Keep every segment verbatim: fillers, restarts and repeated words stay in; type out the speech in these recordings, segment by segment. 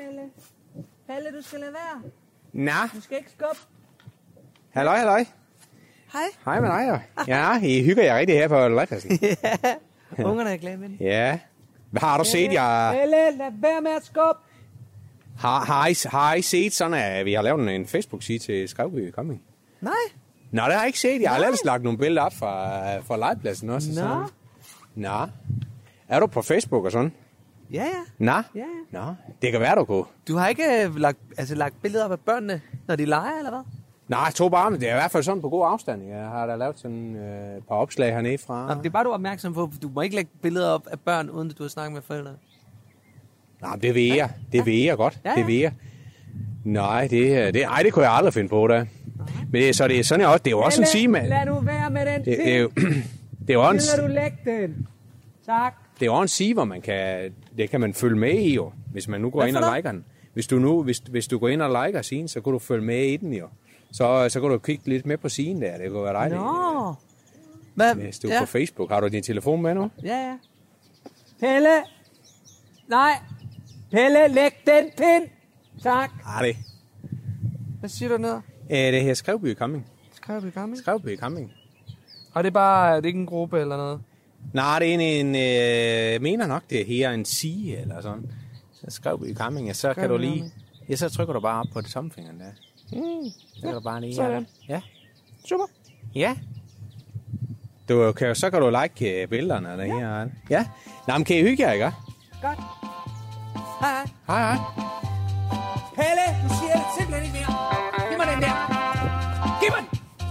Palle. Palle, du skal lade være. Nå. Du skal ikke skubbe. Halløj, halløj. Hej. Hej med dig, jo. Ja, I hygger jer rigtig her på legepladsen. Ja, ungerne er glade med det. Ja. Hvad har du set, jeg... Palle, lad være med at skubbe. Har, har, I, har I set sådan, at vi har lavet en Facebook-side til Skrevby Camping? Nej. Nå, det har jeg ikke set. Jeg har ellers lagt nogle billeder op fra, fra legepladsen også. Nå. Sådan. Nå. Er du på Facebook og sådan? Ja, ja. Nå. Ja, ja. Nå. Det kan være, du kunne. Du har ikke uh, lagt, altså, lagt billeder op af børnene, når de leger, eller hvad? Nej, jeg tror bare, men det er i hvert fald sådan på god afstand. Jeg har da lavet sådan øh, et par opslag hernede fra. Nå, det er bare, du er opmærksom på. Du må ikke lægge billeder op af børn, uden at du har snakket med forældrene. Nej, det ved jeg. Det ja. ved jeg godt. Ja, ja. Det ved jeg. Nej, det, det, ej, det kunne jeg aldrig finde på, da. Men det, så det er sådan jeg også. Det er jo også en sige, man. Lad nu være med den Det, det, er jo, det er jo også Lad du lægge den. Tak. det er jo en sige, hvor man kan, det kan man følge med i, jo. Hvis man nu går Hvad ind for og noget? liker den. Hvis du nu, hvis, hvis du går ind og liker siden, så kan du følge med i den, jo. Så, så kan du kigge lidt med på siden der. Det kunne være dejligt. Nå. Hvad? Hvis du er Ja. på Facebook. Har du din telefon med nu? Ja, ja. Pelle. Nej. Pelle, læg den pind. Tak. Ah, det. Hvad siger du ned? Æ, det her Skrevby Camping. Skrevby Camping. Skrevby Camping. Og det er bare, det er ikke en gruppe eller noget? Nej, det er en, en øh, jeg mener nok, det er her en sige eller sådan. Så Skrevby Camping, ja, så kan du lige, ja, så trykker du bare op på det tommelfingeren der. Mm. Så kan du bare lige, sådan. ja. Super. Ja. Du kan, jo- så kan du like øh, billederne der ja. her. Ja. Nå, men kan I hygge jer, ikke? Godt. Hej, hej. Hej, hej. Pelle, du siger det simpelthen ikke mere. Giv mig den der. Giv mig den.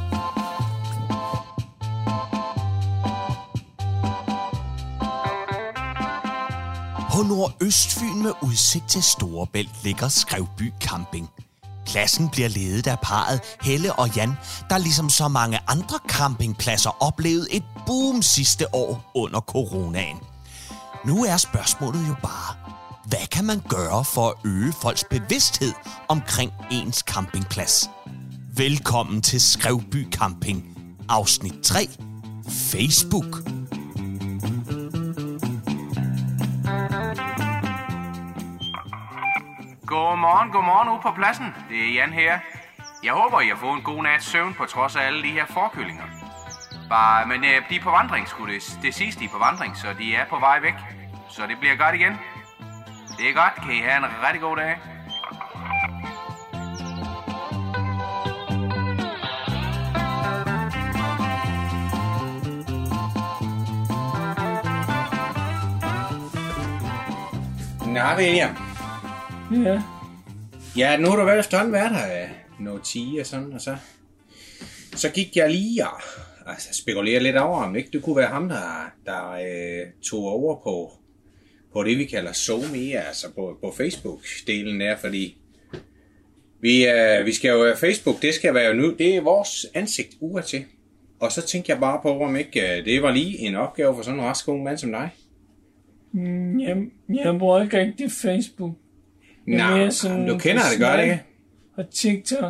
På Nordøstfyn med udsigt til Storebælt ligger Skrevby Camping. Pladsen bliver ledet af parret Helle og Jan, der ligesom så mange andre campingpladser oplevede et boom sidste år under coronaen. Nu er spørgsmålet jo bare, hvad kan man gøre for at øge folks bevidsthed omkring ens campingplads? Velkommen til Skrevby Camping, afsnit tre, Facebook. Godmorgen, godmorgen ude på pladsen. Det er Jan her. Jeg håber, I har fået en god nats søvn på trods af alle de her forkølinger. Bare, men øh, de er på vandring, skulle det, det sidste de er på vandring, så de er på vej væk. Så det bliver godt igen. Det er godt. Kan I have en rigtig god dag. Nå, William. Ja, Ja, nu har du vel efterhånden været her øh, noget tid og sådan, og så, så gik jeg lige og altså, spekulerede lidt over, om ikke det kunne være ham, der, der øh, tog over på, på det, vi kalder SoMe, altså på, på Facebook-delen der, fordi vi, øh, vi skal jo, Facebook, det skal være jo nu, det er vores ansigt uadtil. Og så tænkte jeg bare på, om ikke øh, det var lige en opgave for sådan en rask ung mand som dig. mm, jeg, jeg bruger ikke rigtig Facebook. Det er Nej, mere sådan du kender på det godt, Snap ikke? Og TikTok.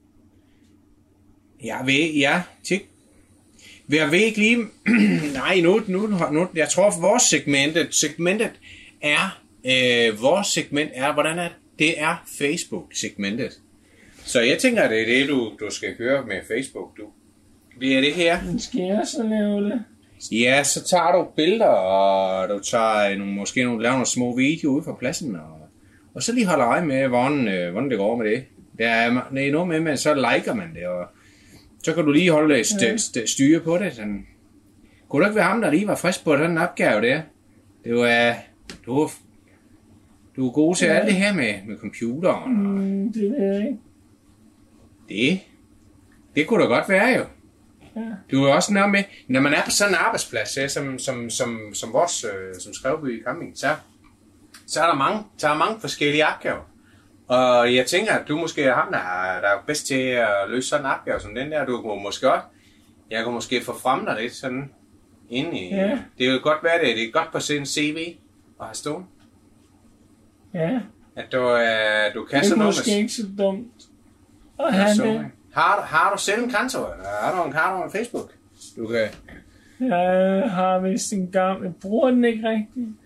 Jeg ved, ja, tik. Jeg ved ikke lige, nej, nu, nu, nu, jeg tror, vores segmentet, segmentet er, øh, vores segment er, hvordan er det? Det er Facebook-segmentet. Så jeg tænker, at det er det, du, du skal køre med Facebook, du. Bliver det her? Men skal jeg så lave det? Ja, så tager du billeder, og du tager nogle, måske nogle, laver nogle små videoer ude fra pladsen, og, og så lige holder øje med, hvordan, øh, hvordan det går med det. Der er, det er noget med, men så liker man det, og så kan du lige holde st- st- styre på det. Sådan. Kunne det ikke være ham, der lige var frisk på den opgave der? Det var, du, er, du er god til ja. alt det her med, med computeren. Mm, det ved jeg ikke. Det, det kunne da godt være jo. Ja. Du er også noget med, når man er på sådan en arbejdsplads, ja, som, som, som, som vores, øh, som Skrevby Camping, så, så er der mange, så er der mange forskellige opgaver. Og jeg tænker, at du måske er ham, der er, der er bedst til at løse sådan en opgave som den der. Du kunne måske også, jeg kunne måske få frem dig lidt sådan ind i. Ja. Det er jo godt være det, det er godt på sin C V at have stående. Ja, At du, øh, du kan det er sådan noget måske med... ikke så dumt. Og Ja, han så, det. har, har du selv en konto, eller har du en, har du en Facebook? Du kan... Jeg har vist en gang, jeg bruger den ikke rigtigt.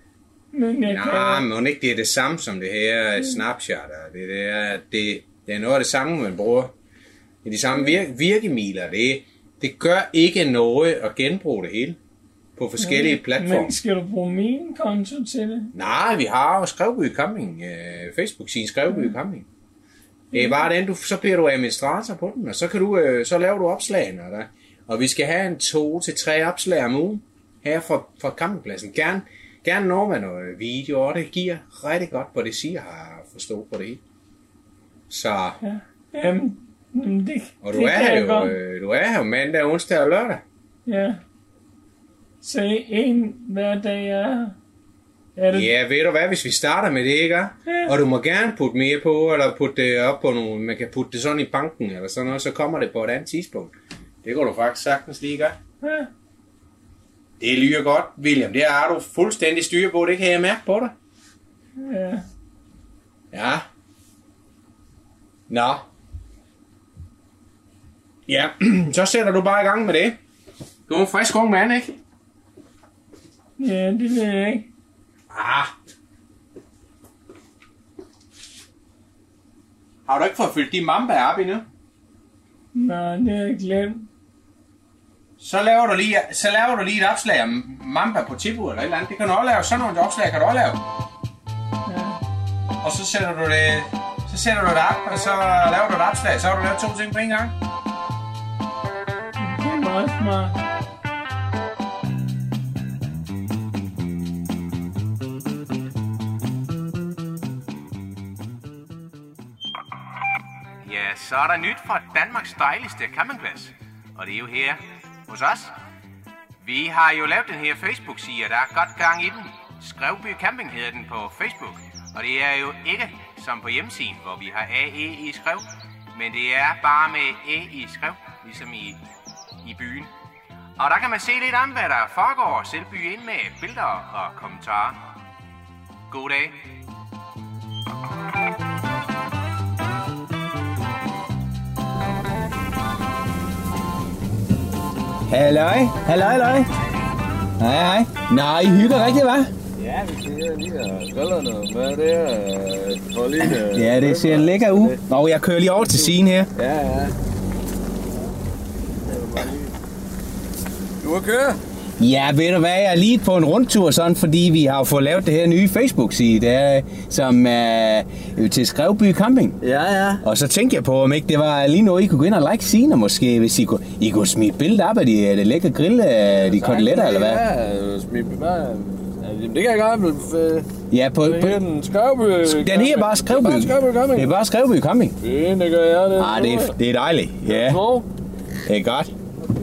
Men jeg Nej, kan... men ikke det er det samme som det her Snapchat. Det, det, er, det, det er noget af det samme, man bruger. Det er de samme vir- virkemidler. Det, det gør ikke noget at genbruge det hele på forskellige men, platforme. Men skal du bruge min konto til det? Nej, vi har jo Skrevby Camping. Øh, Facebook-siden Skrevby Camping. Det er bare den, du, så bliver du administrator på den, og så, kan du, øh, så laver du opslagene. Der. Og vi skal have en to til tre opslag om ugen her fra, fra campingpladsen. Gerne, gerne når med noget video, og det giver rigtig godt, hvor det siger, har forstået på det hele. Så, Ja. Jamen, jamen det, og du det er kan her jeg jo, godt. øh, du er her jo mandag, onsdag og lørdag. Ja. Så en hver dag er... er det... Ja, ved du hvad, hvis vi starter med det, ikke? Ja. Og du må gerne putte mere på, eller putte det op på nogle, man kan putte det sådan i banken, eller sådan noget, så kommer det på et andet tidspunkt. Det går du faktisk sagtens lige gøre. Ja. Det lyder godt, William. Det har du fuldstændig styr på, det kan jeg mærke på dig. Ja. Ja. Nå. Ja, så sætter du bare i gang med det. Du er en frisk ung mand, ikke? Ja, det ved jeg ikke. Ah. Har du ikke fået fyldt de mamba op endnu? Nej, det har jeg glemt. Så laver du lige, så laver du lige et opslag om mamba på tilbud eller et eller andet. Det kan du også lave. Sådan nogle opslag kan du også lave. Ja. Og så sætter du det, så sætter du det op, og så laver du et opslag. Så har du lavet to ting på en gang. Det er meget smart. Ja, så er der nyt fra Danmarks dejligste campingplads. Og det er jo her hos os. Vi har jo lavet den her Facebook-side, og der er godt gang i den. Skrevby Camping hedder den på Facebook. Og det er jo ikke som på hjemmesiden, hvor vi har A E i skrev. Men det er bare med E i skrev, ligesom i, i byen. Og der kan man se lidt om, hvad der foregår og selv byde ind med billeder og kommentarer. God dag. Halløj, halløj, halløj. Hej, hej. Nej, I hygger rigtigt, hva'? Ja, vi skal lige og spiller noget med det her. For lige, Ja, det ser lækker ud. Og jeg kører lige over til siden her. Ja, ja. Du har kørt? Ja, ved du hvad, jeg er lige på en rundtur sådan, fordi vi har fået lavet det her nye Facebook-side, der, som er øh, til Skrevby Camping. Ja, ja. Og så tænkte jeg på, om ikke det var lige noget, I kunne gå ind og like siden, måske, hvis I kunne, I kunne smide et billede op af de, de lækre grill, de koteletter, eller hvad? Ja, smid bare. Jamen, det kan jeg godt, men... Ja, på, på, Den Skrevby... den her er bare Skrevby. Det er bare Skrevby Camping. Det er bare Skrevby Camping. Det, det gør jeg, det. Ah, det er, det er dejligt, ja. Hvor? Det er godt.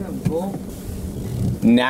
Nå.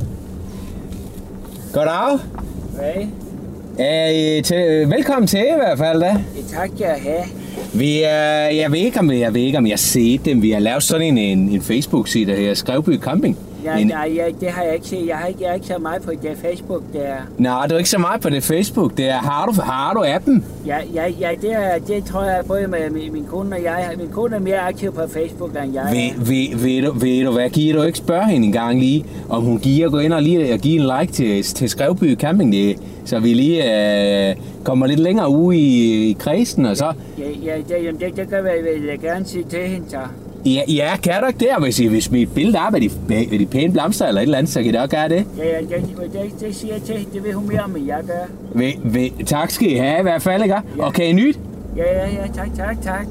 Goddag. Hej. Er I til, velkommen til i hvert fald da. Ja, tak skal jeg have. Vi er, jeg ved ikke om jeg ved ikke om jeg har set dem. Vi har lavet sådan en, en, en Facebook-side, der hedder Skrevby Camping. Ja, en, nej, ja, det har jeg ikke set. Jeg har ikke, jeg er ikke så meget på det Facebook der. nej, du er ikke så meget på det Facebook. Det er, har du har du appen? Ja, ja, ja det, er, det tror jeg både med min, min kone og jeg. Min kone er mere aktiv på Facebook end jeg Ved, er. ved, ved, du, ved du hvad, giver du ikke spørge hende en gang lige, om hun giver gå ind og lige og give en like til, til Skrevby Camping, det, så vi lige øh, kommer lidt længere ude i, i kredsen og så. Ja, ja det, jamen, det, det kan jeg, vil jeg gerne sige til hende så. Ja, ja, kan du ikke der, hvis I vil smide et billede op af de, af de pæne blomster eller et eller andet, så kan det også gøre det. Ja, ja, det, det, det siger jeg til hende. Det vil hun mere om, end jeg gør. Ved, ved, tak skal I have i hvert fald, ikke? Ja. Og kan I nyt? Ja, ja, ja, tak, tak, tak.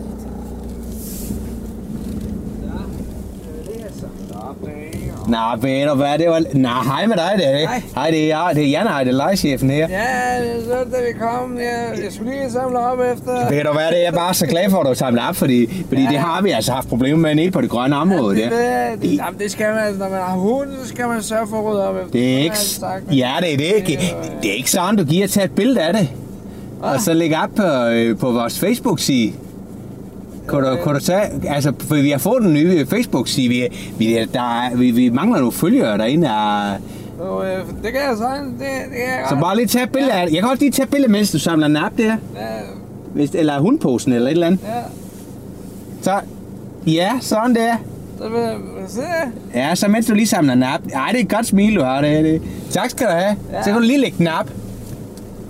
Nå, ved du hvad, det var... Nå, hej med dig, det er det. Hej. Hej, det er jeg, det er Jan, hej, det er lejchefen her. Ja, det er så, da vi kom. Jeg, jeg skulle lige samle op efter... Ved du hvad, det er jeg bare så glad for, at du samler op, fordi, fordi ja. det har vi altså haft problemer med nede på det grønne område det, der. det, det, jamen, det skal man, altså, når man har hund, så skal man sørge for at rydde op efter. Det er ikke... Ja, det er det ikke. Det er ikke sådan, du giver at tage et billede af det. Og så lægge op på, øh, på vores Facebook-side. Kunne du, kunne du tage, altså, for vi har fået den nye Facebook-side, vi, vi, der, er- vi, vi mangler nogle følgere derinde, og, Så, øh, det kan jeg sige, det, det kan jeg så godt. bare lige tage et billede af det. Jeg kan også lige tage et billede, mens du samler den op der, Ja, hvis, eller hundposen eller et eller andet. ja. Så, ja, sådan der. Så vil jeg se. Ja, så mens du lige samler den op. Ej, det er et godt smil, du har det. det. Tak skal du have. Ja. Så kan du lige lægge den op.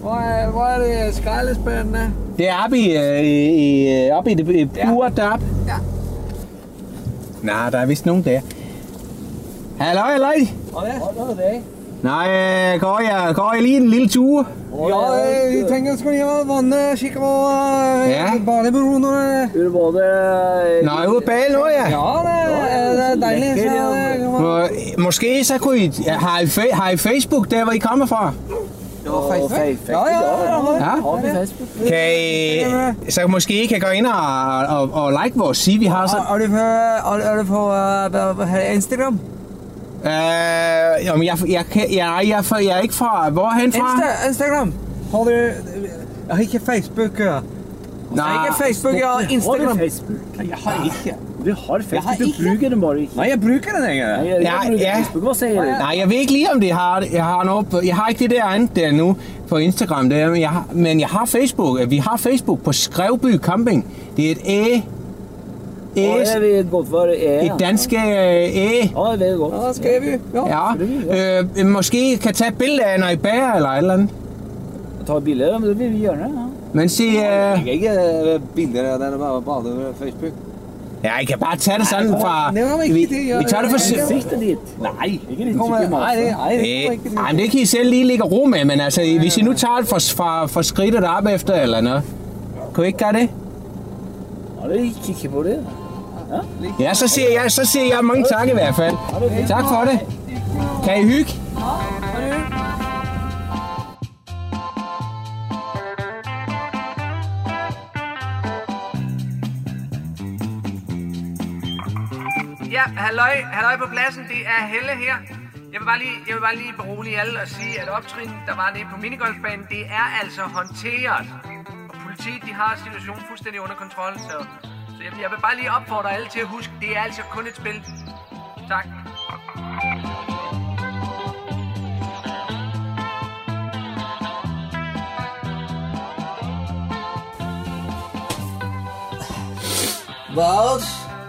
Hvor er, hvor er det skraldespandene? Det er oppe i, øh, i, øh, oppe i det buret ja. deroppe. Ja. Nej, der er vist nogen der. Halløj, halløj. Og ja. Hvor er det? Nej, øh, går jeg, går jeg lige en lille tur? Ja, jeg tænker, skal lige have vandet, kigge på Ja. badebroen. Vil du hvor det? Nå, jeg er ude at bage nu, ja. Ja, det er dejligt. Så, Må, måske så kunne I... Har I, fa- har I Facebook, der hvor I kommer fra? det var Facebook. Facebook. Ja, ja, ja. Ja. Har vi Facebook? Kan I, så måske I kan gå ind og, og, og like vores side, vi har så. Er du på, er du på uh, Instagram? Øh, jamen, jeg, jeg, kan- jeg, jeg, jeg, jeg, jeg er ikke fra... Hvor er han fra? Insta, Instagram? Har du... Jeg har ikke Facebook. Jeg har ikke Facebook, jeg har Har du Instagram. Facebook? Jeg har ikke. Vi har Jeg Facebook, har du ikke. bruger det, Mari. Nej, jeg bruger den ikke. Jeg, jeg, Ja, jeg bruger ja. Facebook, hvad siger du? Nej, jeg ved ikke lige, om det har... Jeg har, noget på, jeg har ikke det der andet der nu på Instagram, der, men, jeg har, men jeg har Facebook. Vi har Facebook på Skrevby Camping. Det er et æ... Åh, Æs, jeg ved godt, hvad det er. et dansk øh, æ. Åh, jeg ved godt. Nå, skal vi? Ja. Ja, øh, måske I kan tage et billede af, når I bager eller et eller andet. Jeg tager billeder, men det vil vi gøre. Ja. Men se, øh, Jeg kan ikke billeder af den, bare bare på Facebook. ja, I kan bare tage det sådan fra... det var ikke Vi, det, jeg- vi tager det fra... jeg- Sigter dit. Nej, ikke dit. Kom med. Nej, det nej, det var ikke Øh, ej, men det kan I selv lige ligge ro med, men altså, hvis I nu tager det fra, fra, fra skridtet op efter eller noget, kunne I ikke gøre det? Og det er ikke kigge på det. Ja, så siger jeg, så siger jeg mange tak i hvert fald. Tak for det. Kan I hygge? Ja, halløj, halløj på pladsen, det er Helle her. Jeg vil bare lige, jeg vil bare lige berolige alle og sige, at optrin, der var nede på minigolfbanen, det er altså håndteret. Og politiet, de har situationen fuldstændig under kontrol, så, så jeg, jeg vil bare lige opfordre alle til at huske, det er altså kun et spil. Tak. Mogens?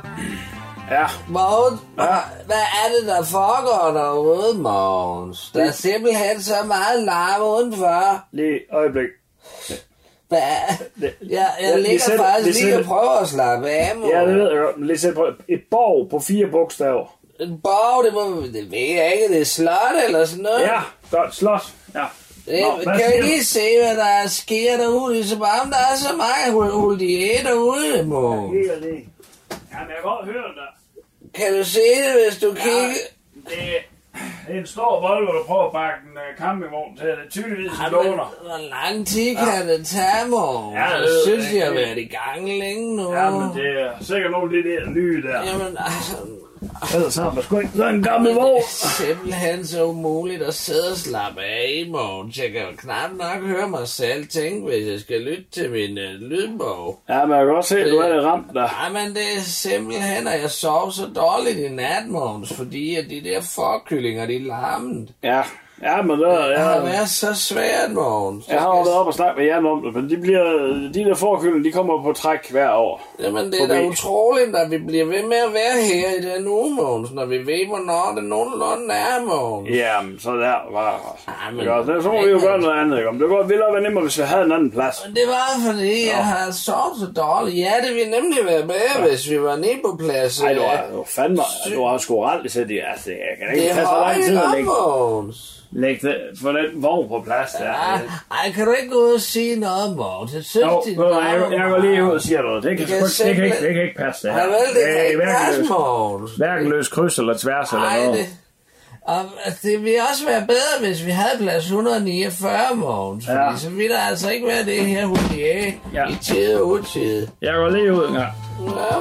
Ja. Mogens? Ja. Hvad er det, der foregår derude, Mogens? Der er simpelthen så meget larm udenfor. Lige øjeblik. Hvad? Det- Jeg, jeg Ja, vi ligger sætter- faktisk vi lige og sætter- prøver at slappe af, Mogens. Ja, det ved jeg godt. Men lige sæt på et borg på fire bogstaver. En borg, det, må, det ved jeg ikke. Det er slot eller sådan noget. Ja, godt. Slot. Ja. Det, Nå, hvad kan siger jeg du? lige se, hvad der sker derude? Det er som om, der er så mange hul- huldier derude, Mogens. Kigger lige. Ja, men jeg kan godt høre dig. Kan du se det, hvis du kigger? Det er en stor Volvo, der prøver at bakke en uh, campingvogn til. Det er tydeligvis en Jamen, låner. hvor lang tid kan det tage, Mogens? Ja, det Jeg ved synes, jeg jeg har ikke. været i gang længe nu. Ja, men det er sikkert nogle af de der lyde der. Jamen, altså, Ellers har man sgu ikke sådan en gammel det vogn. er simpelthen så umuligt at sidde og slappe af i morgen. Jeg kan jo knap nok høre mig selv tænke, hvis jeg skal lytte til min uh, lydbog. Ja, men jeg kan godt se, at du er lidt ramt der. Nej, men det er simpelthen, at jeg sov så dårligt i nat, Mogens, fordi at de der forkyllinger, de er larmet. Ja, ja, men der, Det har jeg, været så svært, Mogens. jeg har jo været op og snakket med Jan om det, men de, bliver, de der forkyllinger, de kommer på træk hver år. Jamen, det er da Forbi. utroligt, at vi bliver ved med at være her i den uge, Mogens, når vi ved, hvornår det nogenlunde er, Mogens. Ja, men så der var Ej, men- det. Så må vi jo gøre noget andet, ikke? Det kunne ville være nemmere, hvis vi havde en anden plads. Men det var fordi, jeg har sovet så dårligt. Ja, det ville nemlig være bedre, ja. hvis vi var nede på plads. Ej, du øh, har du fandme, du har sgu aldrig set det. Altså, jeg kan Det ikke tage så har lang tid jeg at nok, lægge, Mogens. lægge det, få den vogn på plads der. Ja, ej, kan du ikke gå ud og sige noget, Mogens? Jeg synes, Jo, dit ved du hvad, jeg, navn- jeg går lige ud og siger noget. Det kan, Det kan sgu ikke- det kan, ikke, simpelthen- det kan ikke passe det Ja, her. vel, det kan er ikke hverken passe, løs- Mogens. Hverken løs kryds eller tværs eller Nej, noget. det... Og det ville også være bedre, hvis vi havde plads et hundrede niogfyrre, Mogens. Fordi Ja. så ville der altså ikke være det her hulier Ja. i tid og utid. Jeg går lige ud en gang. Ja,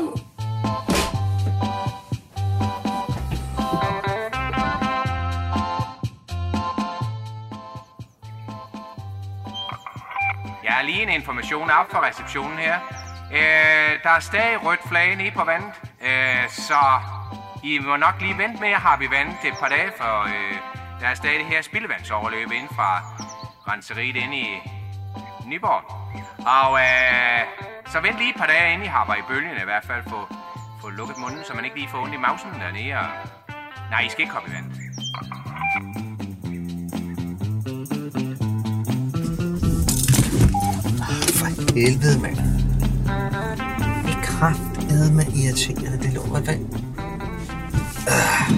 Jeg har lige en information op fra receptionen her. Øh, der er stadig rødt flag nede på vandet, øh, så I må nok lige vente med at harpe i vandet et par dage, for øh, der er stadig det her spildevandsoverløb inden fra renseriet inde i Nyborg. Og øh, så vent lige et par dage, inden I harper i bølgen i hvert fald. Få, få lukket munden, så man ikke lige får ondt i mausen dernede. Og... Nej, I skal ikke hoppe i vandet. helvede, mand. Det er kraftedme irriterende, det lå mig vand. Øh.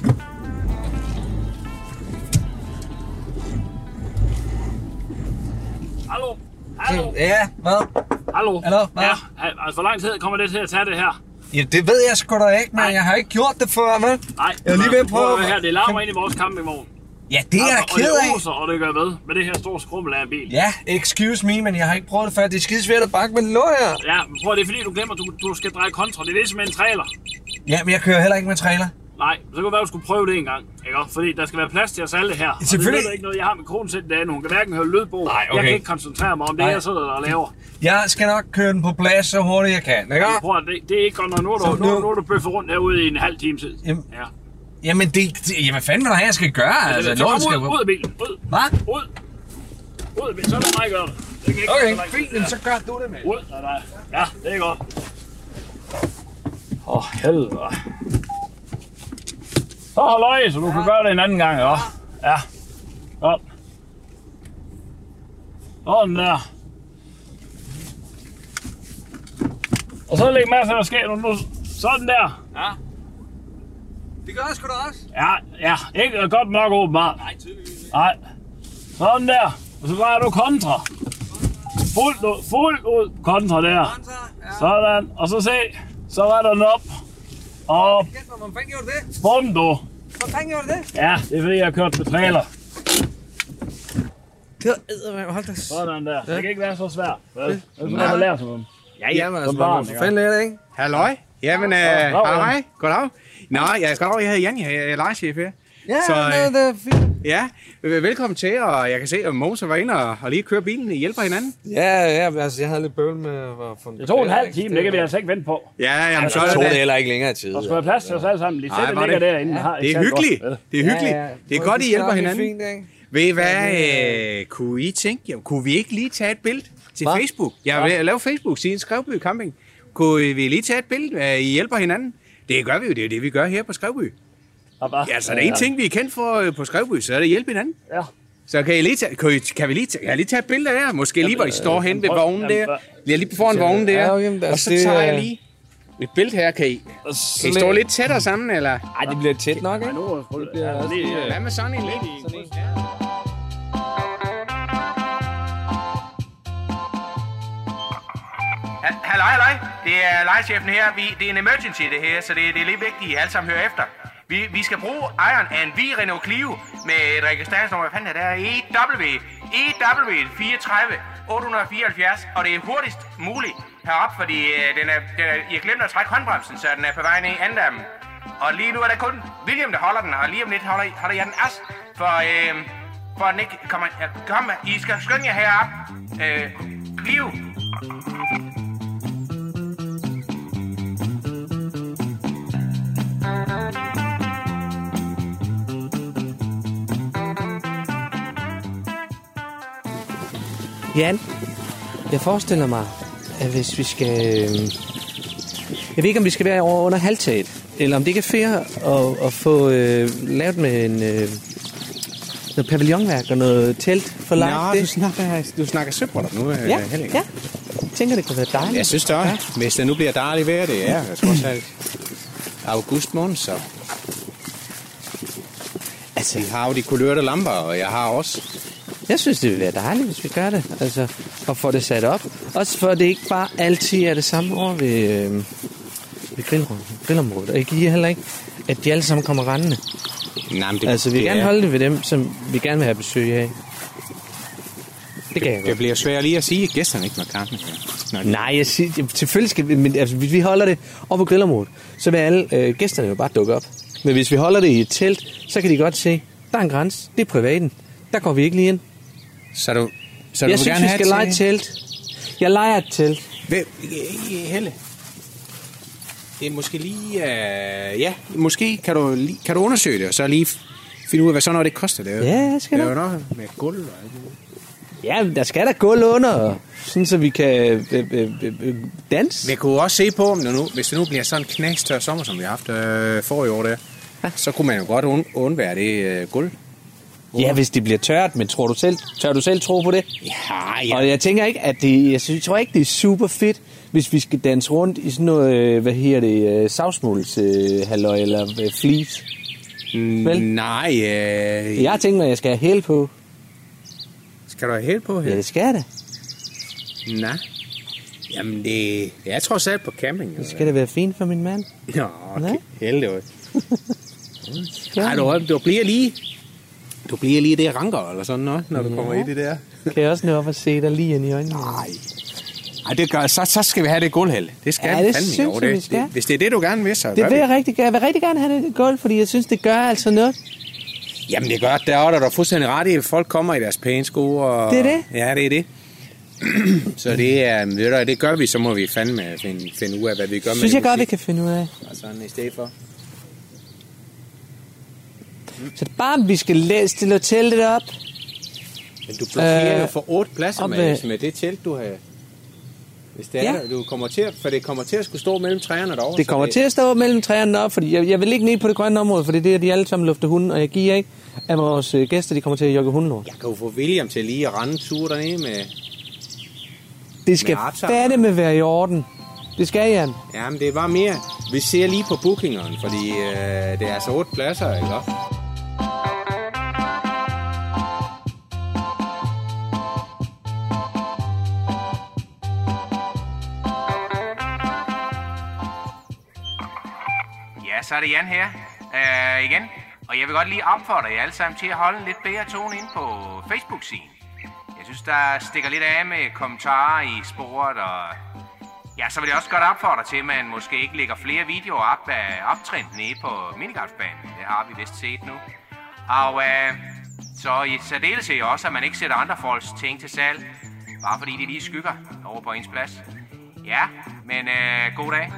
Hallo? Hallo? Ja, hvad? Hallo? Hallo, hvad? Ja, altså, hvor lang tid kommer det til at tage det her? Ja, det ved jeg sgu da ikke, men jeg har ikke gjort det før, vel? Nej, jeg er lige ved på... Her, det larmer ind i vores campingvogn. Ja, det er jeg altså, ked af. Og det oser, og det gør ved med det her store skrummel af en bil. Ja, excuse me, men jeg har ikke prøvet det før. Det er skide svært at bakke med den lå her. Ja, men prøv, det er fordi, du glemmer, at du, du skal dreje kontra. Det er ligesom en trailer. Ja, men jeg kører heller ikke med trailer. Nej, så kunne det være, at du skulle prøve det en gang. Ikke? Fordi der skal være plads til os alle her. Selvfølgelig. Og det er ikke noget, jeg har med konen selv derinde. Hun kan hverken høre lydbog. Nej, okay. Jeg kan ikke koncentrere mig om det, Nej. jeg sidder der og laver. Jeg skal nok køre den på plads så hurtigt jeg kan, ikke? Prøv, det, det er ikke godt nok. Nu er du, nu, nu er du bøffet rundt herude i en halv time tid. Jamen, ja. Jamen, det, det, ja, hvad fanden er der, jeg skal gøre? Ja, altså, så kom skal... ud, ud af bilen. Ud. Hvad? Ud. Ud af bilen. Så lad mig gøre det. Det kan ikke Okay, gøre fint, ja. Så gør du det, mand. Ud af dig. Ja, det er godt. Åh, oh, helvede. Så hold øje, så du ja. kan gøre det en anden gang, ja. Ja. Godt. Sådan der. Og så læg mærke til, hvad der sker nu. nu. Sådan der. Ja. Det gør jeg sgu da også. Ja, ja. Ikke godt nok åbenbart. Nej, tydeligvis. Nej. Sådan der. Og så drejer du kontra. Fuldt ud, fuldt ud kontra der. Sådan. Og så se. Så retter den op. Og... Hvor fanden gjorde du det? Bum, du. Hvor fanden gjorde du det? Ja, det er fordi, jeg har kørt med trailer. Det var eddermame, hold da. Sådan der. Det kan ikke være så svært. Vel? Det er sådan, man lærer sådan noget. Ja, ja, men altså, man får fanden lære det, ikke? Halløj. Jamen, øh, hej. Goddag. Nå, jeg skal over. Jeg hedder Jan, jeg er lejrchef her. Ja, så, øh, det er fint. Ja, velkommen til, og jeg kan se, at Mogens var inde og, og lige køre bilen. I hjælper hinanden. Ja, ja, altså, jeg havde lidt bøvl med at få... Det tog en halv time, det kan vi altså ikke vente på. Ja, jamen, altså, så er det. det heller ikke længere tid. Der skal være plads til os alle sammen. Lige sætte ligger derinde. Ja, det er hyggeligt. Det er hyggeligt. Det er godt, I hjælper hinanden. Fint, ikke? Ved I hvad, øh, kunne I tænke, jamen, kunne vi ikke lige tage et billede til Hva? Facebook? Jeg vil lave Facebook-siden Skrevby Camping. Kunne vi lige tage et billede, at I hjælper hinanden? Det gør vi jo, det er det, vi gør her på Skrevby. Ja, altså, der er en ting, vi er kendt for på Skrevby, så er det at hjælpe hinanden. Ja. Så kan, I lige tage, kan, I, kan vi lige tage, kan jeg lige tage et billede af jer? Måske lige, hvor I står hen ved vognen der. Lige lige foran vognen der. Og så tager jeg lige et billede her. Kan I, kan I stå lidt tættere sammen, eller? Ej, det bliver tæt nok, ikke? Hvad med sådan en lidt? Halløj, halløj. Det er lejechefen her. Vi, det er en emergency, det her, så det, det er lidt vigtigt, at I alle sammen hører efter. Vi, vi skal bruge ejeren af en Hvid Renault Clio med et registreringsnummer. Hvad fanden er det her? E W. E W fireogtredive otte fireoghalvfjerds. Og det er hurtigst muligt herop, fordi øh, den er, den er, I har glemt at trække håndbremsen, så den er på vej ned i andammen. Og lige nu er der kun William, der holder den, og lige om lidt holder, holder jeg den as. For, øh, for den ikke kommer... Ja, kom, I skal skynde jer herop. Øh, Clio. Jan, jeg forestiller mig, at hvis vi skal... Jeg ved ikke, om vi skal være over under halvtaget, eller om det ikke er fair at, at få øh, lavet med en, øh, noget pavillonværk og noget telt for live. Nå, det. du snakker, du snakker søbrød nu, ja, Helling. ja. Jeg tænker, det kunne være dejligt. Jeg synes det også. Ja. Hvis det nu bliver dejligt vejr, det er jeg tror også august måned, så... Altså, vi har jo de kulørte lamper, og jeg har også... Jeg synes, det vil være dejligt, hvis vi gør det. Altså, og få det sat op. Også for, at det ikke bare altid er det samme over ved, øh, ved grillområdet. Og ikke lige heller ikke, at de alle sammen kommer rendende. Nej, men det, altså, vi vil gerne er... holde det ved dem, som vi gerne vil have besøg af. Det kan jeg godt. Det bliver svært lige at sige, at gæsterne ikke må kampe. Nej, jeg siger, selvfølgelig skal vi, men altså, hvis vi holder det op på grillområdet, så vil alle øh, gæsterne jo bare dukke op. Men hvis vi holder det i et telt, så kan de godt se, der er en grænse, det er privaten. Der går vi ikke lige ind. Så du, så jeg du synes, gerne vi skal lege et telt. Jeg leger et telt. Hvem? Helle? Det er måske lige... Uh, ja, måske kan du, lige, kan du undersøge det, og så lige finde ud af, hvad sådan noget det koster. Det er jo, ja, jeg skal det er jo noget med gulv og alt det. Ja, der skal der gulv under, sådan så vi kan øh, øh, øh, danse. Vi kunne også se på, om det nu, hvis det nu bliver sådan en knastør sommer, som vi har haft øh, forrige år der, ja. Så kunne man jo godt und- undvære det øh, gulv. Ja, hvis det bliver tørt, men tror du selv, tør du selv tro på det? Ja, ja. Og jeg tænker ikke, at det, jeg, synes, jeg tror ikke, det er super fedt, hvis vi skal danse rundt i sådan noget, hvad hedder det, savsmålshalløj øh, eller øh, flis. Vel? Nej, øh... Jeg har tænkt mig, at jeg skal have hæl på. Skal du have hæl på her? Ja, det skal jeg da. Nej. Jamen, det... Jeg tror selv på camping. Det skal da være fint for min mand. Nå, okay. Heldigvis. Ja. Nej, du, du bliver lige... Du bliver lige det ranker eller sådan noget, når du ja. kommer i det der. Kan jeg også nå op og se dig lige ind i øjnene? Nej. Ej, det gør, så, så skal vi have det gulvhæld. Det skal ja, vi det fandme synes over. Jeg, det, vi skal. Det, hvis det er det, du gerne vil, så det vil jeg, rigtig, jeg vil rigtig gerne have det gulv, fordi jeg synes, det gør altså noget. Jamen, det gør, der er der er fuldstændig ret i, at folk kommer i deres pæne sko. Og, det er det? Ja, det er det. Så det er, ved du, det gør vi, så må vi fandme finde, finde ud af, hvad vi gør synes med synes jeg godt, vi kan finde ud af. Og sådan i stedet for. Så det er bare, vi skal læse stille teltet op. Men du blokerer øh, jo for otte pladser med, med, med det telt, du har. Hvis det er, ja. du kommer til, for det kommer til at skulle stå mellem træerne derovre. Det kommer det... til at stå mellem træerne derovre, fordi jeg, jeg vil ikke ned på det grønne område, fordi det er de alle sammen lufter hunden, og jeg giver ikke, at vores øh, gæster de kommer til at jogge hundelort. Jeg kan jo få William til lige at rende tur dernede med... Det skal fandeme være i orden. Det skal, Jan. Jamen, det er bare mere... Vi ser lige på bookingeren, fordi øh, det er altså otte pladser, ikke også? Så er det Jan her, uh, igen. Og jeg vil godt lige opfordre jer alle sammen til at holde en lidt bedre tone ind på Facebook-siden. Jeg synes, der stikker lidt af med kommentarer i sporet, og ja, så vil jeg også godt opfordre til, at man måske ikke lægger flere videoer op af optrin nede på minigolfbanen. Det har vi vist set nu. Og uh, så i særdeleshed også, at man ikke sætter andre folks ting til salg, bare fordi de lige skygger over på ens plads. Ja, men uh, god dag.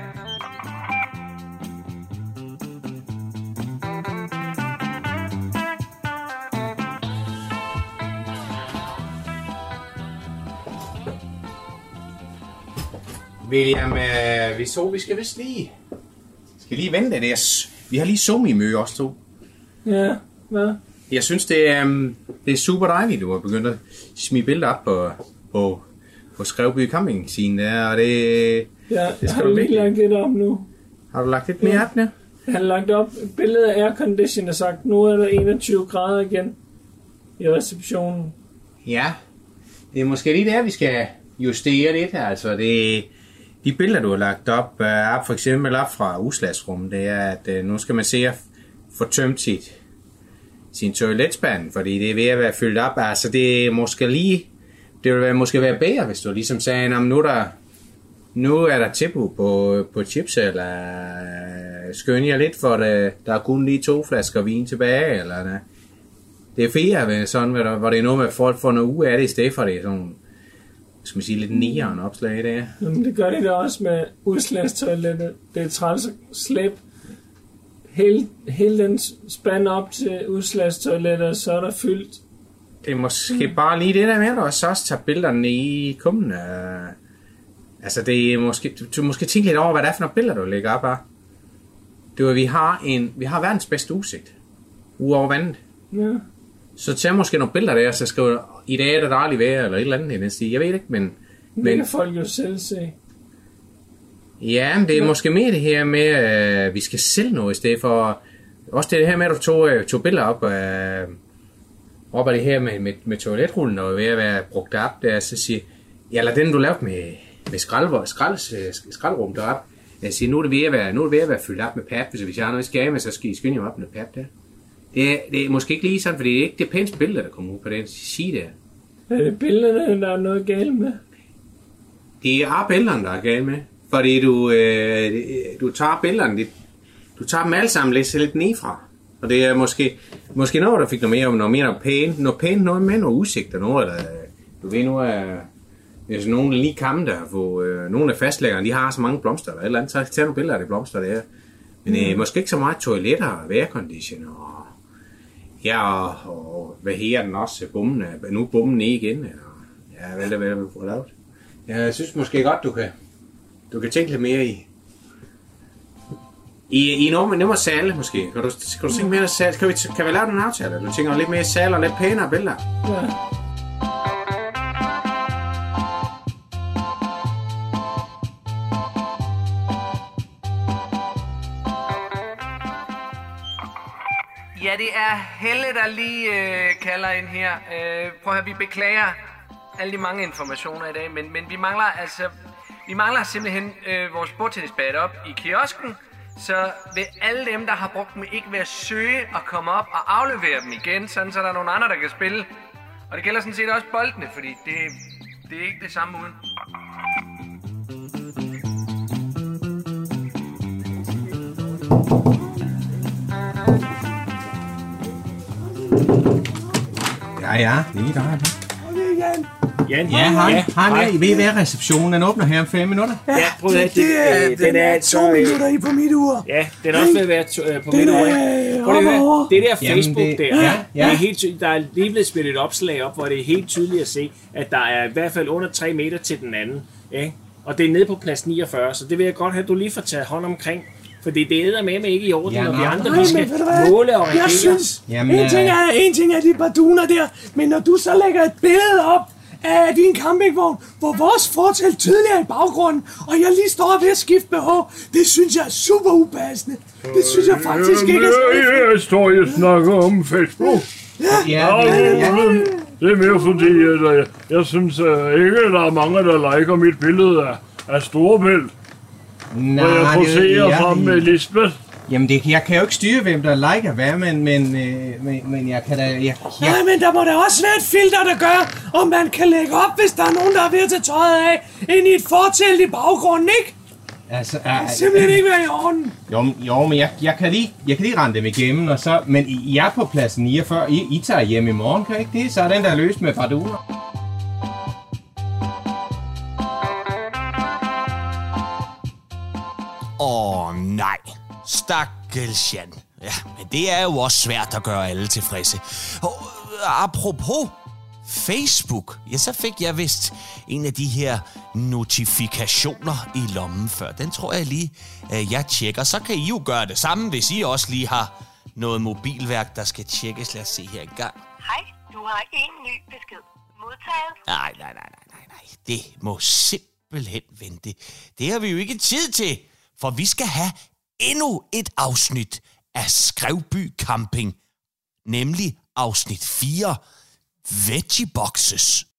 William, øh, vi så, vi skal vist lige... Skal lige vente det. Vi har lige Zoom-møde også to. Ja, hvad? Jeg synes, det er, um, det er super dejligt, du har begyndt at smide billeder op på, på, på Skrevby Camping-siden der, og det... Ja, det har du lige lagt lidt op nu? Har du lagt lidt mere ja. op nu? Jeg har lagt op et billede af aircondition og sagt, nu er der enogtyve grader igen i receptionen. Ja, det er måske lige der, vi skal justere lidt her, altså det... De billeder, du har lagt op, er for eksempel op fra udslagsrummet, det er, at nu skal man se at få tømt sit, sin toiletspand, fordi det er ved at være fyldt op. Altså, det er måske lige, det vil måske være bedre, hvis du ligesom sagde, nu er der, nu er der tilbud på, på chips, eller skøn jeg lidt, for det, der er kun lige to flasker vin tilbage, eller ne. Det er fire, sådan, hvor det er noget med, at folk får noget ud af det, i stedet for det er sådan, skal man sige, lidt nieren opslag i dag. Jamen, det gør det da også med udslagstoilettet. Det er træls at slæbe hele, hele den spand op til udslagstoilettet, og så er der fyldt. Det er måske mm. bare lige det der med, at du også, også tager billederne i kummen. Altså, det er måske, du, du måske tænke lidt over, hvad det er for nogle billeder, du lægger op af. Det er, vi har en, vi har verdens bedste udsigt. Ude over vandet. Ja. Så tag måske nogle billeder der, så skriver i dag er der dejligt vejr, eller et eller andet i den stil. Jeg ved ikke, men... Det men, kan folk jo selv se. Ja, men det er ja. måske mere det her med, at uh, vi skal sælge noget i stedet for... Også det her med, at du tog, uh, tog billeder op, uh, op af det her med, med, med toiletrullen, og ved at være brugt op, der så siger ja, eller den du lavede med, med skrald, skrald, skraldrum deroppe. Jeg siger, nu er det ved at være, nu er det ved at være fyldt op med pap, så hvis jeg har noget i skære med, så skal I skynde jer op med pap der. Det er, det er måske ikke lige sådan, for det er ikke det pæneste billeder, der kommer ud på den side der. Er det billederne, der er noget galt med? Det er billederne, der er galt med. Fordi du, øh, du tager billederne, det, du tager dem alle sammen lidt, lidt nedefra. Og det er måske, måske noget, der fik noget mere om noget mere noget pænt, noget pænt, noget med noget udsigt og noget, eller du ved nu, at hvis nogen lige kammer der, hvor øh, nogle af fastlæggerne, de har så mange blomster, eller et eller andet, så tager nogle billeder af de blomster der. Men øh, mm. måske ikke så meget toiletter og aircondition og ja, og, og hvad her den også, bomben er, nu bomben ned igen, og ja, hvad er det, hvad vi får lavet. Jeg synes måske godt, du kan, du kan tænke lidt mere i, I, i en nummer sale, måske. Kan du, kan du tænke mere sale? Kan vi, kan vi lave den aftale? Du tænker lidt mere sale og lidt pænere billeder? Ja. Ja, det er Helle, der lige øh, kalder ind her. Øh, prøv at høre, vi beklager alle de mange informationer i dag, men, men vi mangler altså vi mangler simpelthen øh, vores bordtennisbat op i kiosken, så vil alle dem, der har brugt dem, ikke være søge og komme op og aflevere dem igen, sådan så der er nogle andre, der kan spille. Og det gælder sådan set også boldene, fordi det, det er ikke det samme uden. Ja, ja, lige der. Okay, Jan. Jan? Ja, hej. Ja, Hej, hej. I ved, hvad er receptionen? Den åbner her om fem minutter. Ja, Ja, prøv at høre, det, det er, det- den, den er er altså, to øh, minutter i på mit ur. Ja, den er også ved at være to, øh, på Den mit er, ord. øh, Prøv lige at op over. høre, det der Jamen, Facebook det- der, ja, ja. Det er helt ty- der er lige blevet spillet et opslag op, hvor det er helt tydeligt at se, at der er i hvert fald under tre meter til den anden. Ikke? Og det er nede på plads niogfyrre, så det vil jeg godt have, at du lige får taget hånd omkring. Fordi det æder med mig ikke i orden, Ja, når vi nej. andre Nej, vi skal men ved du hvad? måle og Jeg reagere. synes, Jamen, en, ting øh, er, en ting er de barduner der, men når du så lægger et billede op af din campingvogn, hvor vores fortæl tydeligere i baggrunden, og jeg lige står ved at skifte B H, det synes jeg er super upassende. Det synes jeg faktisk ikke er så Jeg står og snakker om Facebook. Ja, ja, ja. Det er mere fordi, at jeg, jeg synes uh, ikke, at der er mange, der liker mit billede af, af Storebælt, Nej, hvor jeg det- poserer ja, sammen med Lisbeth. Jamen, det, jeg kan jo ikke styre, hvem der liker hvad, men, men, øh, men, men jeg kan da... Jeg, jeg, Nej, men der må da også være et filter, der gør, om man kan lægge op, hvis der er nogen, der er ved at tage tøjet af, ind i et fortælt i baggrunden, ikke? altså, Det kan øh, simpelthen ikke være i orden. jo, jo, men jeg, jeg, kan lige, jeg kan lige rende dem igennem, og så... Men I, I er på pladsen niogfyrre. I, I tager hjem i morgen, kan I ikke det? Så er den der løst med farduner. Åh oh, nej, stakkels Jan. Ja, men det er jo også svært at gøre alle tilfredse. Og øh, apropos Facebook, ja, så fik jeg vist en af de her notifikationer i lommen før. Den tror jeg lige, øh, jeg tjekker. Så kan I jo gøre det samme, hvis I også lige har noget mobilværk, der skal tjekkes. Lad os se her en gang. Hej, du har en ny besked. Modtaget. Nej, nej, nej, nej, nej, nej. Det må simpelthen vente. Det har vi jo ikke tid til, for vi skal have endnu et afsnit af Skrevby Camping. Nemlig afsnit fire. Veggieboxes.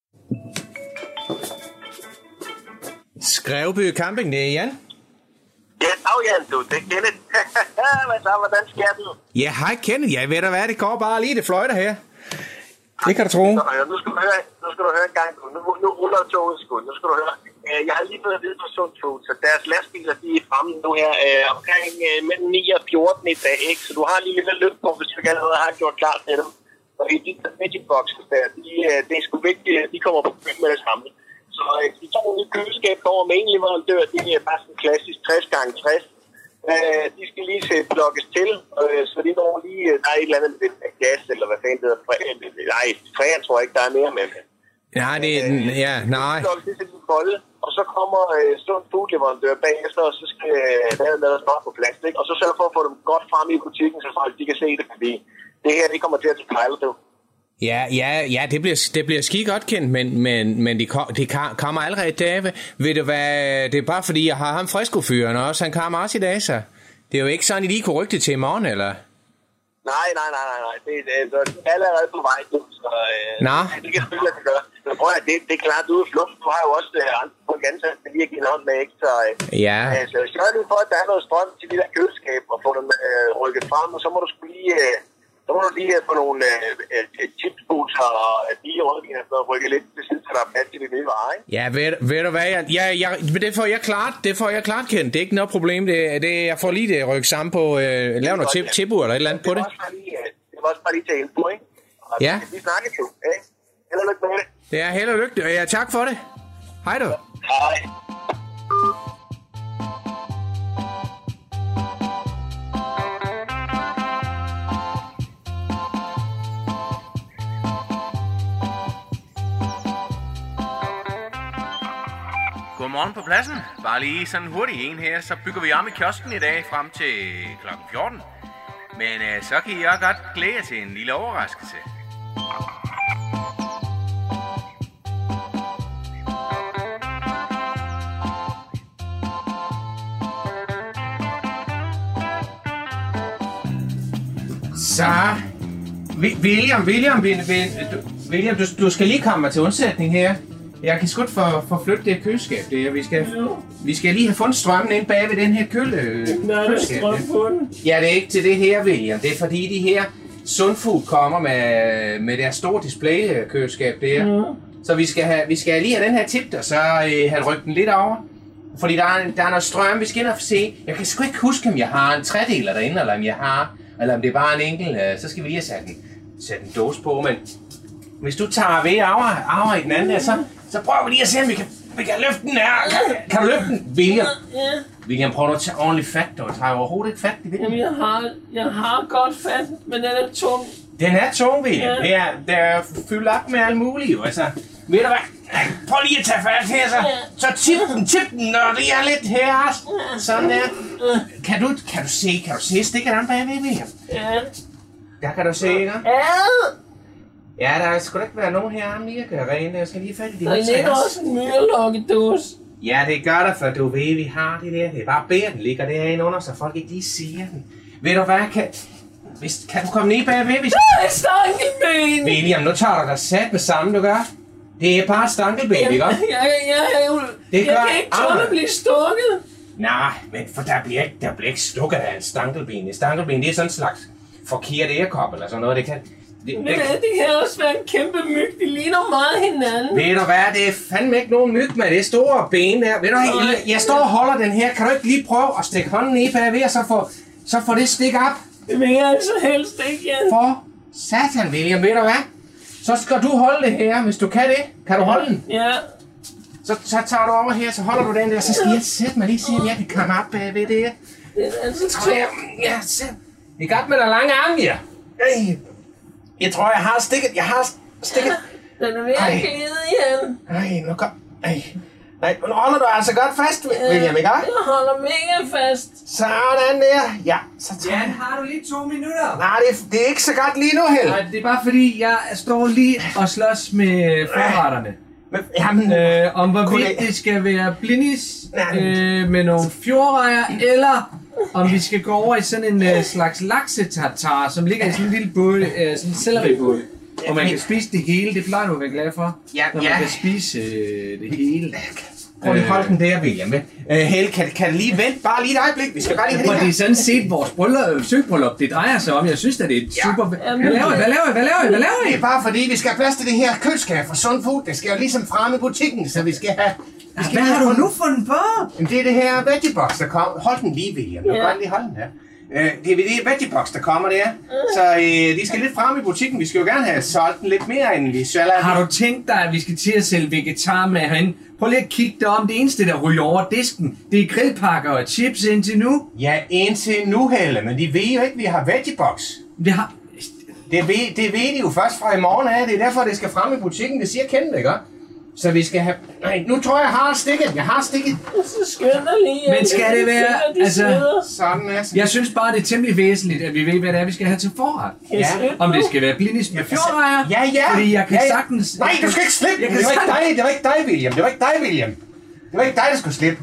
Skrevby Camping, det er Jan. Ja, dag Jan, du. Det er Kenneth. Hvad så? Hvordan sker den? Ja, hej Kenneth. Jeg ved da hvad, det går bare lige, det fløjter her. Det kan du tro. Nu skal du høre, nu skal du høre en gang. Nu, nu ruller toget sgu. Nu skal du høre. Jeg har lige fået at vide på Sund Food, så deres lastbiler, de er fremme nu her øh, omkring øh, mellem ni og fjorten i dag, ikke? Så du har lige lidt løb på, hvis du ikke allerede har gjort klar til dem. Og i de veggieboxes der, de, øh, det er sgu vigtigt, at de kommer på køb med det samme. Så øh, de to nye køleskab over med en leverandør, de er bare sådan klassisk tres gange tres. Øh, de skal lige se blokkes til, øh, så de når lige, der er et eller andet med gas, eller hvad fanden det hedder. Nej, fræen tror jeg ikke, der er mere med. Nej, det er den, ja, nej. Blokkes det til de kolde, og så kommer øh, Sund Food-leverandør bagefter, og så skal øh, lave noget smart på plads, ikke? Og så sørge for at få dem godt frem i butikken, så folk de kan se det, fordi det her, det kommer til at tage pejle, du. Ja, ja, ja, det bliver, det bliver skide godt kendt, men, men, men de, kom, de kommer allerede i dag. Ved du hvad, det er bare fordi, jeg har ham friskofyren også. Han kommer også i dag, så. Det er jo ikke sådan, at I lige kunne rygte til i morgen, eller? Nej, nej, nej, nej, nej. Det, det, det er allerede på vej, du. Så øh, Nå. det kan selvfølgelig lade sig gøre. Men prøv at det, det er klart, du er flugt. Du har jo også øh, andre folk ansat, der lige har givet hånd med, ikke? Så øh, Ja. øh, så sørg lige for, at der er noget strøm til de der køleskab, og få dem øh, rykket frem, og så må du sgu lige... Øh, Så må du lige få nogle øh, chipsposer og lige rådviner og rykke lidt til siden, så der er plads til det nye varer, ikke? Ja, ved, ved du hvad, jeg, jeg, jeg, det får jeg klart, det får jeg klart kendt. Det er ikke noget problem, det, det jeg får lige det rykket sammen på, øh, lave noget tip, tipu eller et eller andet på det. Det var også bare lige, øh, det var også bare lige til info, ikke? Og Ja. vi snakkes jo, ikke? Held og lykke med det. Det er held og lykke, og ja, tak for det. Hej du. Hej. godmorgen på pladsen. Bare lige sådan hurtigt en her, så bygger vi om i kiosken i dag frem til klokken fjorten. Men øh, så kan I også godt glæde jer til en lille overraskelse. Så, William, William, William, du, du skal lige komme mig til undsætning her. Jeg kan sgu for, for flytte det køleskab der. Vi skal, vi skal lige have fundet strømmen ind bag ved den her køle, køleskab. Ja, det er ikke til det her, William. Det er fordi de her Sundfood kommer med, med deres store display-køleskab der. Mm. Så vi skal, have, vi skal lige have den her tippet, og så øh, have rykket den lidt over. Fordi der er, der er noget strøm, vi skal ind og se. Jeg kan sgu ikke huske, om jeg har en tredeler derinde, eller om jeg har... Eller om det er bare en enkelt, øh, så skal vi lige have sat en, sat en dåse på, men hvis du tager ved over, over i den anden her, så, så prøver vi lige at se, om vi kan, vi kan løfte den her. Kan, kan du løfte den, William? Ja. William, prøv at tage ordentligt fat, du tager overhovedet ikke fat. Det Jamen, jeg har, jeg har godt fat, men den er tung. Den er tung, William. Ja. Det er, der er fyldt op med alt muligt, jo. Altså, ved du hvad? Prøv lige at tage fat her, så, så tip den, tip den, når det er lidt her også. Sådan der. Kan du, kan du se, kan du se stikker den bagved, William? Ja. Der kan du se, ikke? Ja. Ja, der skal ikke være nogen her, lige at gøre rent. Jeg skal lige fat i de her træer. Der ligger også en myrelokkedåse. Ja, det gør der, for du ved, vi har det der. Det er bare bæren, den ligger derinde under, så folk ikke lige siger den. Ved du hvad, kan, hvis, kan du komme ned bagved? Hvis... Det er stankelben! William, nu tager du dig sat med sammen, du gør. Det er bare stankelben, ikke? Jeg, jeg, jeg, jeg, jeg kan ikke tåle at blive stukket. Nej, men for der bliver ikke, der bliver ikke stukket af en stankelben. En stankelben, det er sådan en slags forkert ærekop eller sådan noget. Det kan... Det, det, det, det kan også være en kæmpe myg. De ligner meget hinanden. Ved du hvad, det er fandme ikke nogen myg med det store ben der. Ved du hvad, jeg, jeg står og holder den her. Kan du ikke lige prøve at stikke hånden i bagved, og så få, så få det stik op? Det vil jeg altså helst ikke, Jan. For satan, William, ved du hvad? Så skal du holde det her, hvis du kan det. Kan du holde den? Ja. Så, så tager du over her, så holder du den der, så skal jeg sætte mig lige se, om jeg kan komme op bagved det her. Det er altså tror jeg, ja, så. Det er godt med der lange arme, ja. Ej. Jeg tror, jeg har stikket. Jeg har stikket. Den er ved at glide igen. Ej, nu kom. Ej. Nej, nu holder du altså godt fast, William, ikke? Jeg holder mega fast. Sådan der. Ja, så tager Jan, har du lige to minutter? Nej, det er, det er ikke så godt lige nu, Held. Nej, det er bare fordi, jeg står lige og slås med forretterne. Jamen, øh, om hvorvidt det skal være blindis øh, med nogle fjordrejer, eller om vi skal gå over i sådan en øh, slags laksetartar, som ligger i sådan en lille båd, øh, sådan en selleribåd. Og man kan spise det hele, det plejer du at være glad for, ja, når man ja. kan spise øh, det hele. Prøv lige holde den der, William. Uh, Held, kan, kan det lige vente bare lige et øjeblik? Vi skal bare lige have det her. Det er sådan set vores bryllup, søgbryllup, det drejer sig om. Jeg synes, at det er et ja. super... Hvad laver I? Hvad laver I? Hvad laver I? Hvad laver I? Det er bare fordi, vi skal have plads til det her køleskab for Sundfood. Det skal jo ligesom fremme butikken, så vi skal have... Vi skal Hvad har du nu fundet på? Jamen, det er det her veggiebox, der kommer. Hold den lige, William. Jeg kan godt lige holde den her. Uh, det er det veggiebox, der kommer der. Så uh, de skal lidt frem i butikken. Vi skal jo gerne have solgt den lidt mere, end vi sælger. Har du tænkt dig, at vi skal til at sælge vegetarmad herinde? Prøv lige at kigge dig om. Det eneste, der ryger over disken, det er grillpakker og chips indtil nu. Ja, indtil nu, Helle. Men de ved jo ikke, at vi har veggiebox. Det har... Det ved, det ved de jo først fra i morgen af. Det er derfor, det skal frem i butikken. Det siger Kent, ikke? Så vi skal have... Nej, nu tror jeg, jeg har stikket. Jeg har stikket. Så skynder lige. Men skal det være... Altså, sådan er det. Jeg synes bare, det er temmelig væsentligt, at vi ved, hvad det er, vi skal have til forret. Ja. Om det skal være blindis med fjordrejer. Ja, ja. Fordi jeg kan ja, ja. sagtens... Nej, du skal ikke slippe. Det var ikke dig. Det var ikke dig, William. Det var ikke dig, William. Det var ikke dig, der skulle slippe.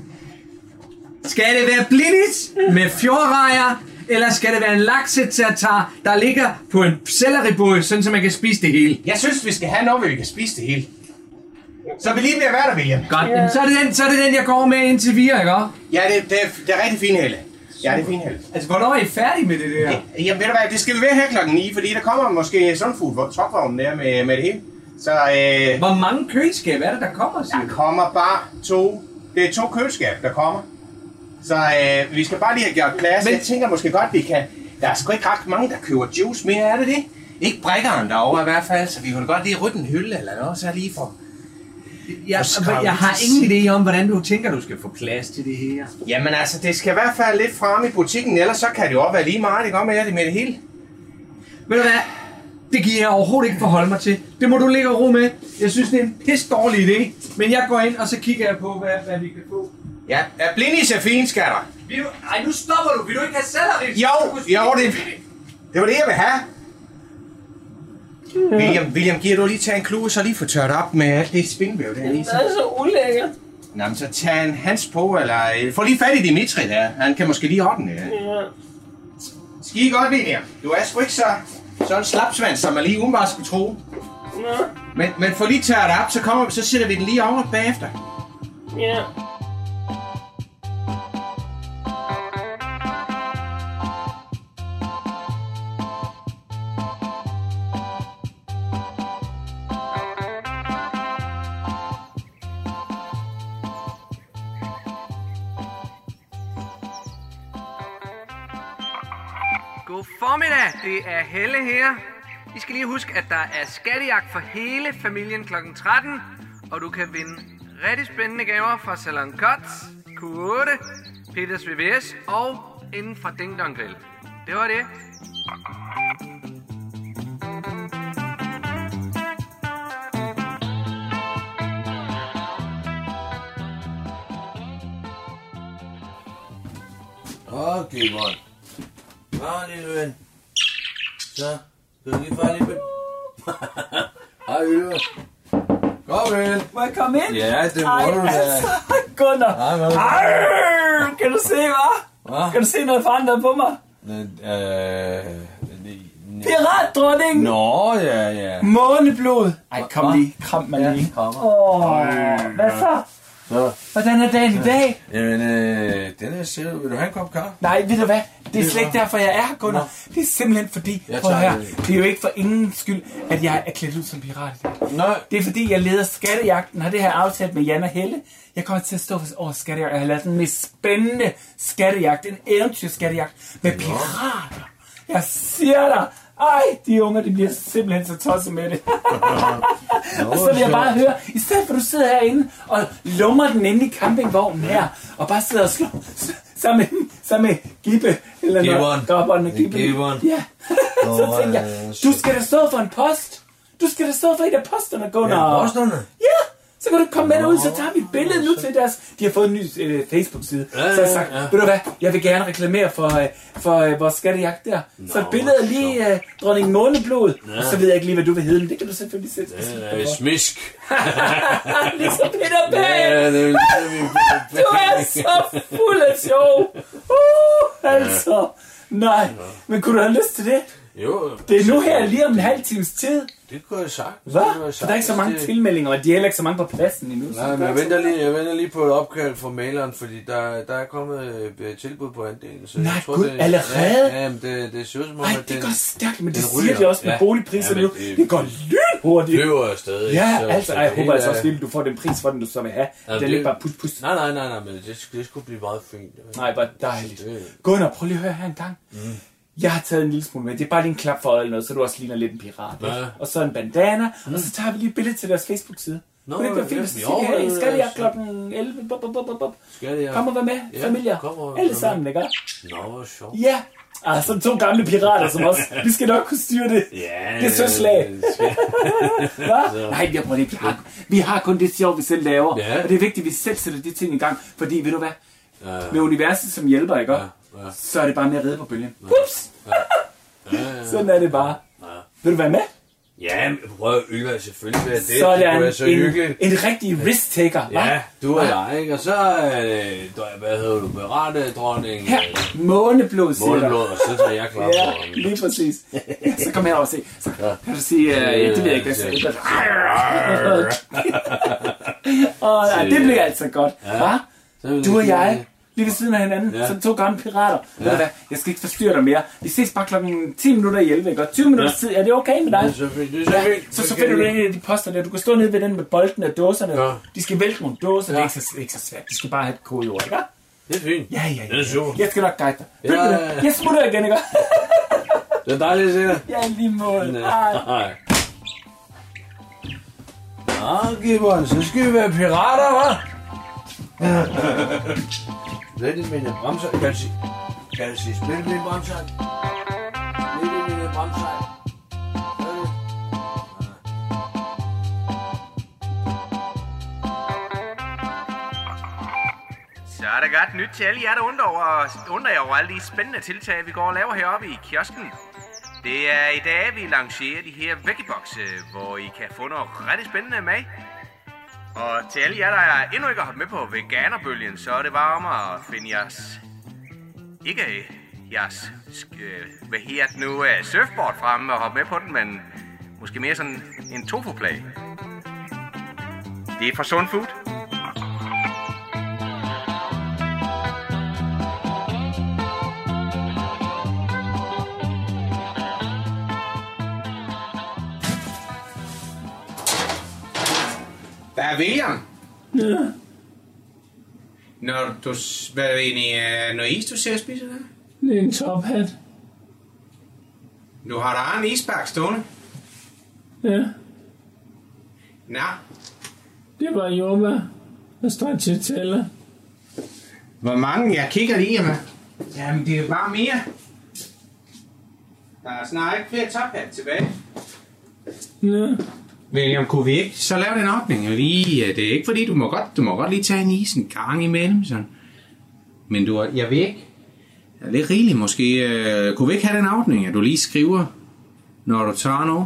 Skal det være blindis med fjordrejer? Eller skal det være en laksetartar, der ligger på en selleribåd, sådan så man kan spise det hele? Jeg synes, vi skal have noget, hvor vi kan spise det hele. Så vi lige ved at være der, William. Godt, ja. så, er det den, så er det den, jeg går med indtil videre, ikke? Ja, det, det, er, det er rigtig fint, Helle. Ja, det er fint, Helle. Altså, hvornår er I færdige med det der? Ja, jamen, ved du hvad, det skal vi være her klokken ni, fordi der kommer måske Sundfood truckvognen der med, med det hele. Så, øh, Hvor mange køleskab er det, der kommer? Der kommer bare to. Det er to køleskab, der kommer. Så øh, vi skal bare lige have gjort plads. Men jeg tænker måske godt, vi kan... Der er sgu ikke ret mange, der køber juice mere, er det det? Ikke brækkeren derovre i hvert fald, så vi kunne godt lige rydde en hylde eller noget, så lige for... Jeg, jeg har ingen idé om, hvordan du tænker, du skal få plads til det her. Jamen altså, det skal i hvert fald lidt frem i butikken, ellers så kan det jo også være lige meget, det går med det med det hele. Ved du hvad? Det giver jeg overhovedet ikke forholde mig til. Det må du ligge og ro med. Jeg synes, det er en pisse dårlig idé Men jeg går ind, og så kigger jeg på, hvad, hvad vi kan få. Ja, er blindis er fint, skatter. Vil du... Ej, nu stopper du. Vil du ikke have selleri? Jo, jo, det, det var det, jeg vil have. William, William, giver du lige tage en klude, så lige få tørt op med alt det spindvæv der. Det er så ulækkert. Nå, men så tag en hans på, eller få lige fat i Dimitri der. Han kan måske lige ordne det. Ja. Skide godt, William. Du er sgu ikke så, så en slapsvand, som man lige umiddelbart skulle tro. Ja. Men, men få lige tørt op, så, kommer, så sætter vi den lige over bagefter. Ja. God formiddag, det er Helle her. I skal lige huske, at der er skattejagt for hele familien klokken tretten, og du kan vinde rigtig spændende gaver fra Salon Cuts, Q otte, Peters V V S og inden fra Ding Dong Grill. Det var det. Okay, Morten. Bare lille ven. Så, skal du lige fare lige på... Hej, Ylva. Kom ind. Må jeg komme ind? Ja, det må du da. Altså, Gunnar. Ej, kan du se, hva'? Hva? Kan du se noget forandret på mig? Øh... Piratdronningen. Nå, ja, ja. Måneblod. Ej, kom lige. Kram mig lige. Åh, oh, hvad så? Så. Hvordan er dagen i dag? Jamen, øh, den er sød. Vil du have en kop kaffe? Nej, ved du hvad? Det er slet ikke derfor, jeg er her, Gunnar. Det er simpelthen fordi, prøv her, det er jo ikke for ingen skyld, at jeg er klædt ud som pirat. Nej. Det er fordi, jeg leder skattejagten, har det her aftalt med Jan og Helle. Jeg kommer til at stå for over skattejagt. Jeg har lavet den mest spændende skattejagt, en eventyrskattejagt med pirater. Jeg siger dig, ej, de unger, de bliver simpelthen så tosset med det. Og så vil jeg bare høre, i stedet for at du sidder herinde og lummer den inde i campingvognen her, og bare sidder og slår sammen med, sammen med Gibbe, eller noget, Gobberen og Gibbe. Ja, så tænker jeg, du skal da stå for en post. Du skal da stå for et af posterne, Gunnar. Ja, posterne? Ja. Så kan du komme med derud, så tager vi et billede nu til deres... De har fået en ny øh, Facebook-side. Ja, så jeg har sagt, ja. ved du hvad, jeg vil gerne reklamere for, øh, for øh, vores skattejagt der. Nå, så et billede af lige øh, dronning Måneblod. Ja. Og så ved jeg ikke lige, hvad du vil hedde, men det kan du selvfølgelig sætte. Det er smisk. Ligesom Peter Pan. Ja, det er du er så fuld af sjov. Uh, altså. Nej, men kunne du have lyst til det? Jo. Det er nu her lige om en halv times tid. Det kunne jeg sagt. Hvad? For der er ikke så mange det... tilmeldinger, og de er heller ikke så mange på pladsen endnu. Nej, men jeg venter, lige, jeg venter lige på et opkald fra maileren, fordi der, der er kommet et tilbud på andelen. Så nej, jeg tror, gud, det, allerede? Ja, ja men det, det ser ud som om, ej, at det den, går stærkt, men det siger siger de også med ja. boligpriser ja, nu. Det, det går lynhurtigt. Det løber afsted. Ja, så, altså, så ej, jeg håber altså er... også, at du får den pris for den, du så vil have. Ja, den er ikke bare pus pus. Nej, nej, nej, nej, men det, det skulle blive meget fint. Nej, bare dejligt. Gunnar, prøv lige at høre her en gang. Mm. Jeg har taget en lille smule med. Det er bare lige en klap for øjet eller noget, så du også ligner lidt en pirat. Ja. Og så en bandana, mm. og så tager vi lige et billede til deres Facebook-side. Nå, det bliver fint, hvis vi siger her i Skattejagt klokken elleve. Bop, bop, bop, bop. Kom og vær med, ja, familier. Alle sammen, ikke? Nå, sjovt. Ja. Ah, så to gamle pirater som os. Vi skal nok kunne styre det. Ja, det er så slag. Hvad? Nej, jeg prøver ikke. Vi har, vi har kun det sjov, vi selv laver. Ja. Og det er vigtigt, at vi selv sætter de ting i gang. Fordi, ved du hvad? Ja. Med universet som hjælper, ikke? Ja. Ja. Så er det bare med at ride på bølgen. Ups! Ja. Ja, ja, ja. Sådan er det bare. Ja. Vil du være med? Ja, prøv Ylva, selvfølgelig være det. Sådan det er så en, hyggeligt. En rigtig risk-taker, hva'? Ja, du og jeg, ikke? Og så er det, hvad hedder du, beretedronning? Her, måneblod, siger Måneblod, og så tager jeg klar på. Ja, lige præcis. Ja, så kom her og se. Så kan du sige, uh, ja, det ved jeg ikke, hvad jeg siger. Åh, nej, det bliver altså godt, hva'? Du og jeg. Lige ved siden af hinanden, ja. Som to gamle pirater. Ja. Ved du hvad, jeg skal ikke forstyrre dig mere. Vi ses bare klokken ti minutter i elleve, ikke? Og tyve minutter tid, er det okay med dig? Det er så fint, det er så ja. fint. Så, så finder du en af de poster der. Du kan stå nede ved den med bolden af dåserne. Ja. De skal vælte nogle dåser, ja. Det er ikke så, ikke så svært. De skal bare have et kodeord, ikke? Det er fint. Ja, ja, ja. Det er super. Jeg skal nok guide dig. Ja, ja, ja. Jeg smutter igen, ikke? Det er dejligt at se dig. Ja, lige måde. Nej. Nå, Gibbon, så skal vi være pirater, hva'? Hvad er det med en bremser? Kan du sige? Kan du sige? Spil med en bremser? Spil med en bremser? er der godt nyt til alle jer, der undrer, over, undrer jer over alle de spændende tiltag, vi går og laver heroppe i kiosken. Det er i dag, vi lancerer de her Veggiebokse, hvor I kan få noget rigtig spændende med. Og til alle jer, der er endnu ikke har hoppet med på veganerbølgen, så er det bare om at finde jeres... Ikke jeres... Øh, hvad her nu? Uh, surfboard frem og hoppe med på den, men måske mere sådan en tofu-play. Det er fra Sund Food. Der er William. Ja. Når du... Hvad er det egentlig? Noget is, du ser at spise der? Det er en tophat. Du har der en isbak stående? Ja. Nå. Det var jordbær og stracciatella. Hvor mange? Jeg kigger lige med. Jamen, det er bare mere. Der er snart ikke flere tophat tilbage. Ja. William, kunne vi ikke så lave den åbning? Lige, det er ikke fordi, du må godt, du må godt lige tage en is en gang imellem. Sådan. Men du, jeg ved ikke. Det er lidt rigeligt måske. Uh, kunne vi ikke have den åbning, at du lige skriver, når du tager noget?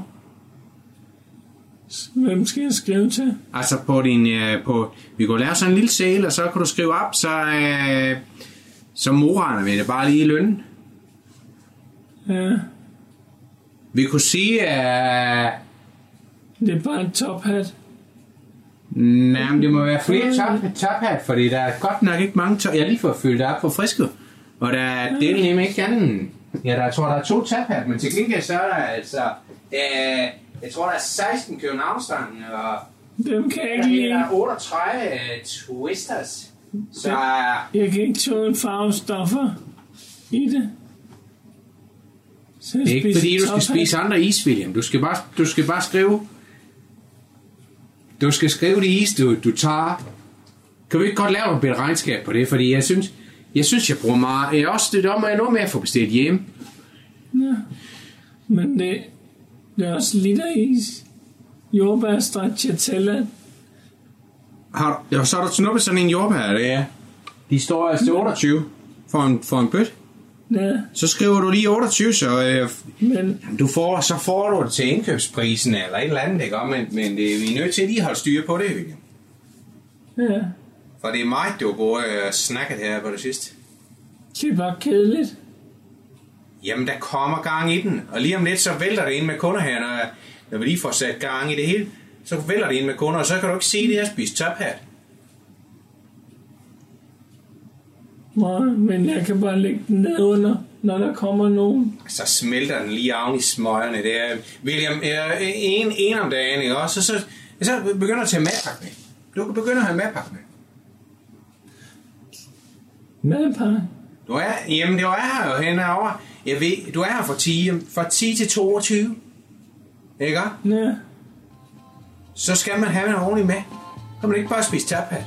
Hvem skal jeg skrive til? Altså på din... Uh, på, vi kunne lave sådan en lille sæl, og så kan du skrive op, så, uh, så morregner vi det bare lige i lønnen. Ja. Vi kunne sige, at... Uh, det er bare en tophat. Nej, men det må være flere top, tophat, fordi der er godt nok ikke mange top. Jeg har lige fået fyldt op på frisket. Og der er det nemlig ikke anden. Ja, der, jeg tror, der er to tophat, men til gengæld så er der altså... Øh, jeg tror, der er seksten Københavnstangen, og... Dem kan jeg ikke lide. Der er otteogtredive uh, twisters. Så... Jeg kan ikke tåle farvestoffer i det. Det er ikke fordi, du skal spise andre is, William. Du skal bare, du skal bare skrive... Du skal skrive det is, du, du tager. Kan vi ikke godt lave et bedre regnskab på det? Fordi jeg synes, jeg synes, jeg bruger meget... Jeg også det om, at jeg noget med at få bestilt hjemme. Ja, men det, det er også liter is. Jordbær, stracciatella. Har, ja, så har du snuppet sådan en jordbær, det er. De står altså otteogtyve for en, for en bøt. Ja. Så skriver du lige otteogtyve, så, øh, men, du får, så får du det til indkøbsprisen eller et eller andet, ikke? Men, men det, vi er nødt til at lige holde styr på det, William. Ja. For det er mig, du har gået og snakket her på det sidste. Det er bare kedeligt. Jamen, der kommer gang i den. Og lige om lidt, så vælter det ind med kunder her, når, når vi lige får sat gang i det hele. Så vælter det ind med kunder, og så kan du ikke sige det her spise tophat. Nej, men jeg kan bare lægge den ned under, når der kommer nogen. Så smelter den lige oven i smøgerne. Det er, William, en, en om dagen, ikke også? Så, så, så begynder at tage madpakke med. Du begynder at have madpakke med. Madpakke? Du er, jamen, du er her jo henover. Jeg ved, du er her fra ti, fra ti til toogtyve. Ikke? Ja. Så skal man have en ordentlig med. Kan man ikke bare spise tophat.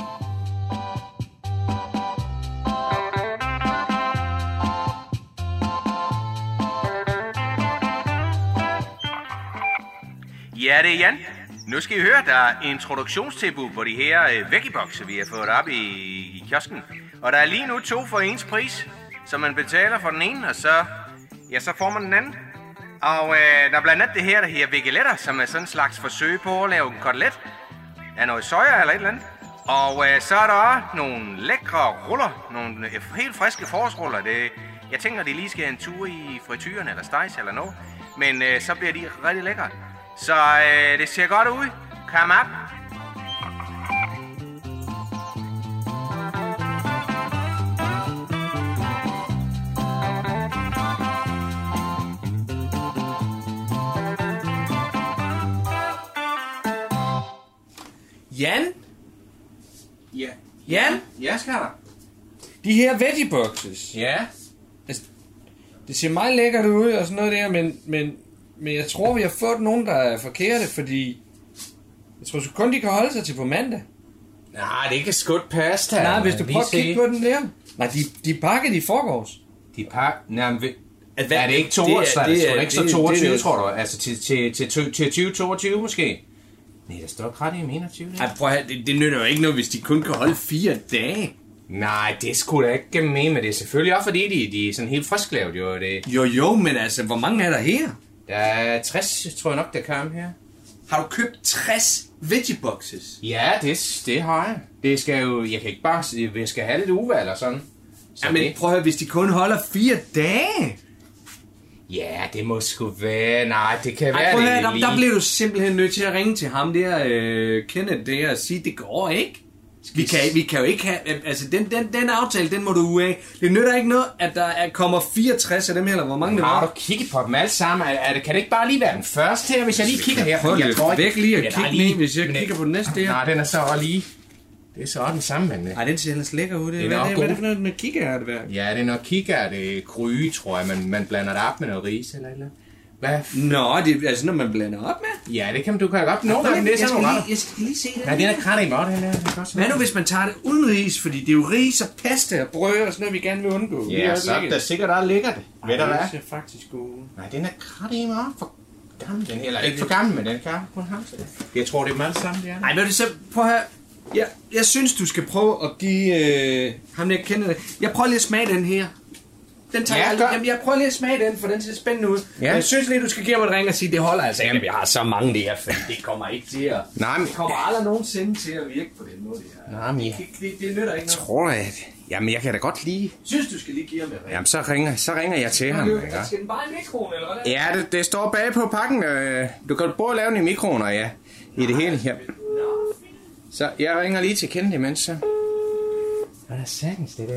Ja, det er Jan. Nu skal I høre, der er introduktionstilbud på de her øh, Veggiebokse, vi har fået op i, i kiosken. Og der er lige nu to for ens pris, så man betaler for den ene, og så, ja, så får man den anden. Og øh, der er blandt andet det her, der hedder Vegeletter, som er sådan en slags forsøg på at lave en kotelet af noget soja eller et eller andet. Og øh, så er der også nogle lækre ruller, nogle øh, helt friske forårsruller. Det, jeg tænker, de lige skal en tur i frityren eller stejs eller noget. Men øh, så bliver de rigtig lækre. Så øh, det ser godt ud. Kom op. Jan? Ja. Jan? Ja, skal der. De her Veggiebokses. Ja. Altså, det ser meget lækkert ud og sådan noget der, men, men, men jeg tror, vi har fået nogen, der er forkerte, fordi jeg tror kun, de kan holde sig til på mandag. Nej, det er ikke skudt pasta. Nej, hvis du prøver at kigge på den der. Nej, de, de pakker de forgårs. De pakker... Nej, men... At, er det ikke toogtyve? Det er, det er, det er ikke så toogtyve, tror du? Altså til, til, til, til, til tyve toogtyve måske? Nej, der står krat i enogtyve. Ej, prøv at, det, det nytter jo ikke noget, hvis de kun kan holde fire dage. Nej, det skulle da ikke med, men det er selvfølgelig også fordi, de, de er sådan helt frisklavet, jo. Det. Jo, jo, men altså, hvor mange er der her? Der er tres, tror jeg nok, der kommer her. Har du købt tres veggieboxes? Ja, det, det har jeg. Det skal jo, jeg kan ikke bare, jeg skal have lidt uvalg og sådan. Så ja, men det. Prøv at høre, hvis de kun holder fire dage. Ja, det må sgu være, nej, det kan Ej, være prøv at det høre, der, lige. der bliver du simpelthen nødt til at ringe til ham der, øh, Kenneth der, og sige, det går ikke. Vi kan, vi kan jo ikke have, altså den, den, den aftale, den må du ud af. Det nytter ikke noget, at der er, kommer fireogtres af dem her, eller hvor mange det var. Har du kigget på dem alle sammen? Er, er det, kan det ikke bare lige være den første her, hvis jeg lige kigger her? Prøv jeg tror væk lige at ja, kigge lige, ned, hvis jeg men, kigger på den næste her. Nej, den er så lige, det er så den samme, men... Nej, den ser ellers lækker ud. Det. Det Hvad, er er det, hvad er det for noget med kikærteværk? Ja, det er noget kikærte gryde, tror jeg. Man, man blander det op med noget ris eller eller. Hvad? Nå, det er altså noget, man blander op med? Ja, det kan man, du kan godt. Nogle af dem, jeg, det er skal sådan lige, jeg skal lige se det. Nej, den er kratte i måtte, den er. Hvad nu, hvis man tager det uden ris? Fordi det er jo ris og pasta og brød og sådan noget, vi gerne vil undgå. Ja, så er der sikkert der ligger det. Ved du hvad? Det ser faktisk god. Nej, den er kratte i måtte. For gammel den her. Eller ikke for gammel, men den kan kun have sig. Jeg tror, det er dem alle sammen, det er. Nej, men det så, prøv her. Ja, jeg synes, du skal prøve at give øh, ham der kender det. Jeg prøver lige at smage den her. Den tager Ja, jeg, jamen, jeg prøver lige at smage den, for den ser spændende ud. Ja. Men jeg synes lige, du skal give mig et ring og sige, det holder altså ikke, at vi har så mange der, for det kommer ikke til at... Nej, men... Det kommer aldrig nogensinde til at virke på den måde, det her. Nej, men jeg... Det, det, det nytter ikke noget. Tror jeg, at... Jamen, jeg kan da godt lige... Synes du skal lige give ham et ring? Jamen, så ringer, så ringer jeg til ham. Ikke? Skal den bare i mikroen, eller hvad? Ja, det, det står bag på pakken. Øh, du kan både lave den i mikroner, ja. I det hele her. Så jeg ringer lige til Kenneth imens, så... Hvad er sagtens det der?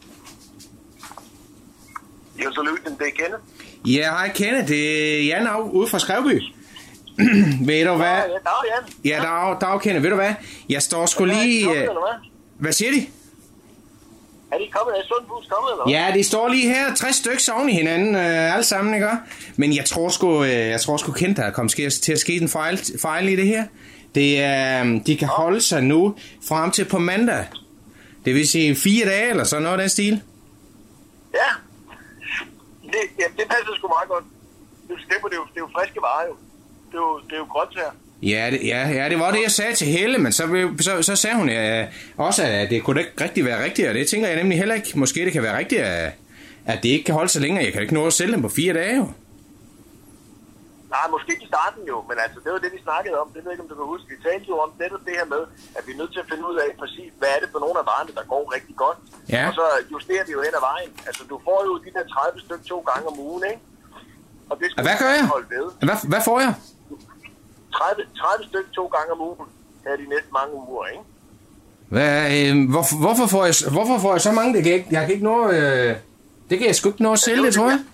Jo, så løb den, det er Kenneth. Ja, hej Kenneth. Det er Jan af, ude fra Skrevby. Ved du hvad? Ja, dag Jan. Ja, dag, dag Kenneth. Ved du hvad? Jeg står sgu lige... Er de kommet, eller hvad? Hvad siger de? Er de kommet? Er Sundbus kommet, eller hvad? Ja, de står lige her, tres stykker oven i hinanden, øh, alle sammen, ikke? Men jeg tror sgu, øh, jeg tror sgu Kenneth, der kommer til at ske en fejl, fejl i det her. Det er, øh, de kan holde sig nu frem til på mandag. Det vil sige fire dage, eller sådan noget af den stil. Ja. Det, ja, det passer sgu meget godt. Det, det, er jo, det er jo friske varer, jo. Det er jo, det er jo grøntsager. Ja, det, ja, ja, det var det, jeg sagde til Helle, men så, så, så sagde hun ja, også, at det kunne ikke rigtig være rigtigt, og det tænker jeg nemlig heller ikke. Måske det kan være rigtigt, at, at det ikke kan holde sig længere. Jeg kan ikke nå at sælge dem på fire dage, jo. Nej, måske ikke i starten jo, men altså, det var det, vi snakkede om. Det ved jeg ikke, om du kan huske. Vi talte jo om netop det her med, at vi er nødt til at finde ud af præcis, hvad er det for nogle af varerne, der går rigtig godt. Ja. Og så justerer vi jo hen ad vejen. Altså, du får jo de der tredive stykker to gange om ugen, ikke? Og det skal Hvad gør jeg? holde ved. Hvad, hvad får jeg? tredive, tredive stykker to gange om ugen her de næste mange uger, ikke? Hvad, øh, hvor, hvorfor, får jeg, hvorfor får jeg så mange? Det kan jeg, ikke, jeg kan ikke nå... Øh, det kan jeg sgu ikke nå at sælge, det, tror jeg.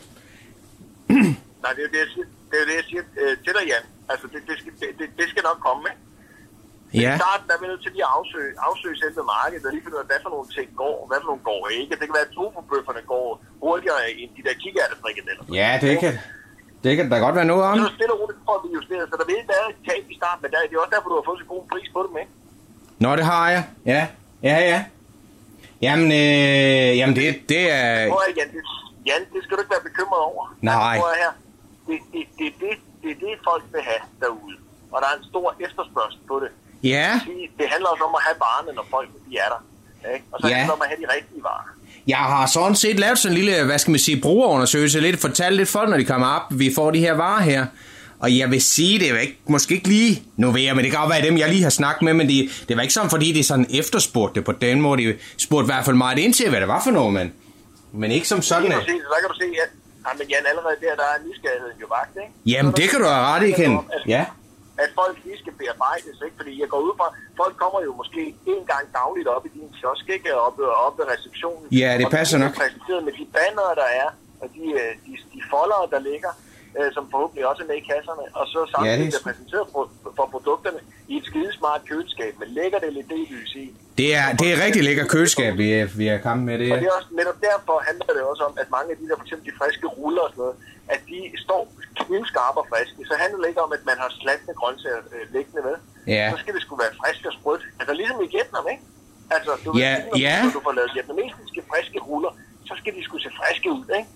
Nej, det er jo det, jeg siger, det, er det, jeg siger øh, til dig, Jan. Altså, det, det, skal, det, det, det skal nok komme, ikke? Ja. I starten der er vi nødt til lige at afsøge, afsøge selve markedet, og lige finde ud af, hvad for nogle ting går, og hvad for nogle går ikke. Det kan være, at tofobøfferne går hurtigere end de der kikærtefrikadeller. Ja, det kan, det kan der godt være noget om. Så stille og roligt for at vi justerer, så der vil være et tab i starten, men der, det er også derfor, du har fået så god pris på dem, ikke? Nå, det har jeg. Ja, ja, ja. Jamen, øh, jamen det, det er... Prøv at, Jan, det, Jan, det skal du ikke være bekymret over. Nej. Altså, prøv at her. Det, det, det, det, det er det, folk vil have derude. Og der er en stor efterspørgsel på det. Ja. Det handler også om at have varerne, når folk de er der. Ikke? Og så Ja. handler det om at have de rigtige varer. Jeg har sådan set lavet sådan en lille, hvad skal man sige, brugerundersøgelse, lidt fortalt lidt folk, når de kommer op, vi får de her varer her. Og jeg vil sige, det er ikke, måske ikke lige, nu ved jeg, men det kan jo være dem, jeg lige har snakket med, men det, det var ikke sådan, fordi de sådan efterspurgte det på den måde. De spurgte i hvert fald meget ind til, hvad det var for noget, men, men ikke som sådan. Så kan du se, at ja, men Jan, allerede der, der er nysgerrigheden jo vagt, ikke? Jamen, det kan du have ret i, Ken. Ja. At folk lige skal bearbejdes, ikke? Fordi jeg går ud fra, folk kommer jo måske en gang dagligt op i din kiosk, ikke? Op, op ved receptionen. Ja, det passer nok. Og de er præsenteret med de bannere, der er, og de, de, de foldere, der ligger, øh, som forhåbentlig også er med i kasserne, og så samtidig Ja, det... er præsenteret for, for produkterne i et skidesmart køleskab med lækkert L E D-lys i. Det er, det er rigtig lækker køleskab, vi er, vi er kommet med det. Og det er også, netop derfor handler det også om, at mange af de der, for eksempel de friske ruller og sådan noget, at de står knivskarpe og friske. Så handler det ikke om, at man har slatne grøntsager øh, liggende med. Ja. Så skal det sgu være frisk og sprødt. Altså ligesom i Vietnam, ikke? Altså, du Ja, ved, når, ja. når du får lavet vietnamesiske friske ruller, så skal de sgu se friske ud, ikke?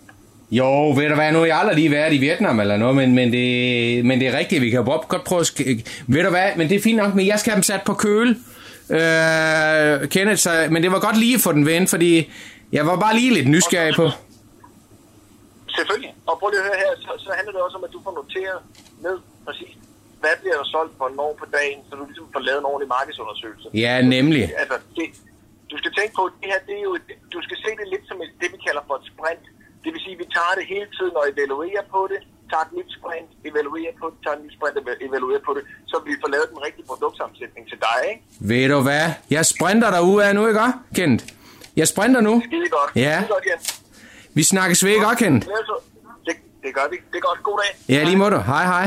Jo, ved du hvad, nu har jeg aldrig lige været i Vietnam eller noget, men, men, det, men det er rigtigt, vi kan jo godt prøve at... Sk- ved du hvad, men det er fint nok, men jeg skal have dem sat på køle. Øh, Kenneth, så, men det var godt lige at få den vendt, fordi jeg var bare lige lidt nysgerrig på. Selvfølgelig. Og prøv lige at høre her, så, så handler det også om, at du får noteret ned præcis, hvad bliver der solgt på en år på dagen, så du ligesom får lavet en ordentlig markedsundersøgelse. Ja, nemlig. Altså, det, du skal tænke på, at det her, det er jo, du skal se det lidt som et, det, vi kalder for et sprint. Det vil sige, at vi tager det hele tiden og evaluerer på det, tager et nyt sprint, evaluerer på det, tager et nyt sprint og evaluerer på det, så vi får lavet den rigtige produktsammensætning til dig, ikke? Ved du hvad? Jeg sprinter derude af nu, ikke? Kent? Jeg sprinter nu. Skide godt. Ja. Skide godt, Jens. Vi snakkes ved, ikke, Kent? Det, det gør vi. Det er godt. God dag. Ja, lige må du. Hej, hej.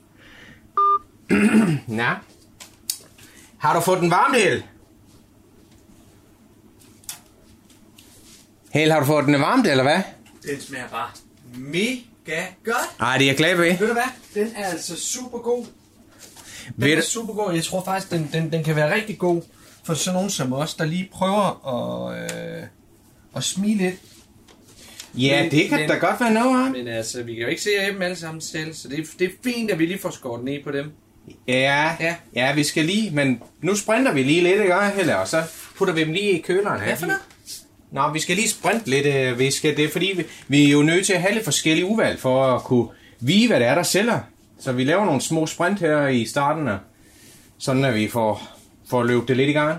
Nå. Har du fået den varmt, Hel? Hel, har du fået den varmt, eller hvad? Den smager bare mega godt. Ej, det er jeg glad ved. Ved du hvad? Den er altså super god. Den Ved er du- super god. Jeg tror faktisk, den, den, den kan være rigtig god for sådan nogen som os, der lige prøver at, øh, at smile lidt. Ja, det kan da godt være noget om. Men altså, vi kan jo ikke se af dem alle sammen selv, så det, er- det er fint, at vi lige får skåret ned på dem. Ja, ja, ja, vi skal lige, men nu sprinter vi lige lidt, ikke, Helle? Og så putter vi dem lige i køleren her. Hvad for noget? Nå, vi skal lige sprinte lidt. øh, Vi skal, det er fordi, vi, vi er jo nødt til at have lidt forskellige udvalg for at kunne vide, hvad det er, der sælger. Så vi laver nogle små sprint her i starten, og sådan at vi får, får løbet det lidt i gang.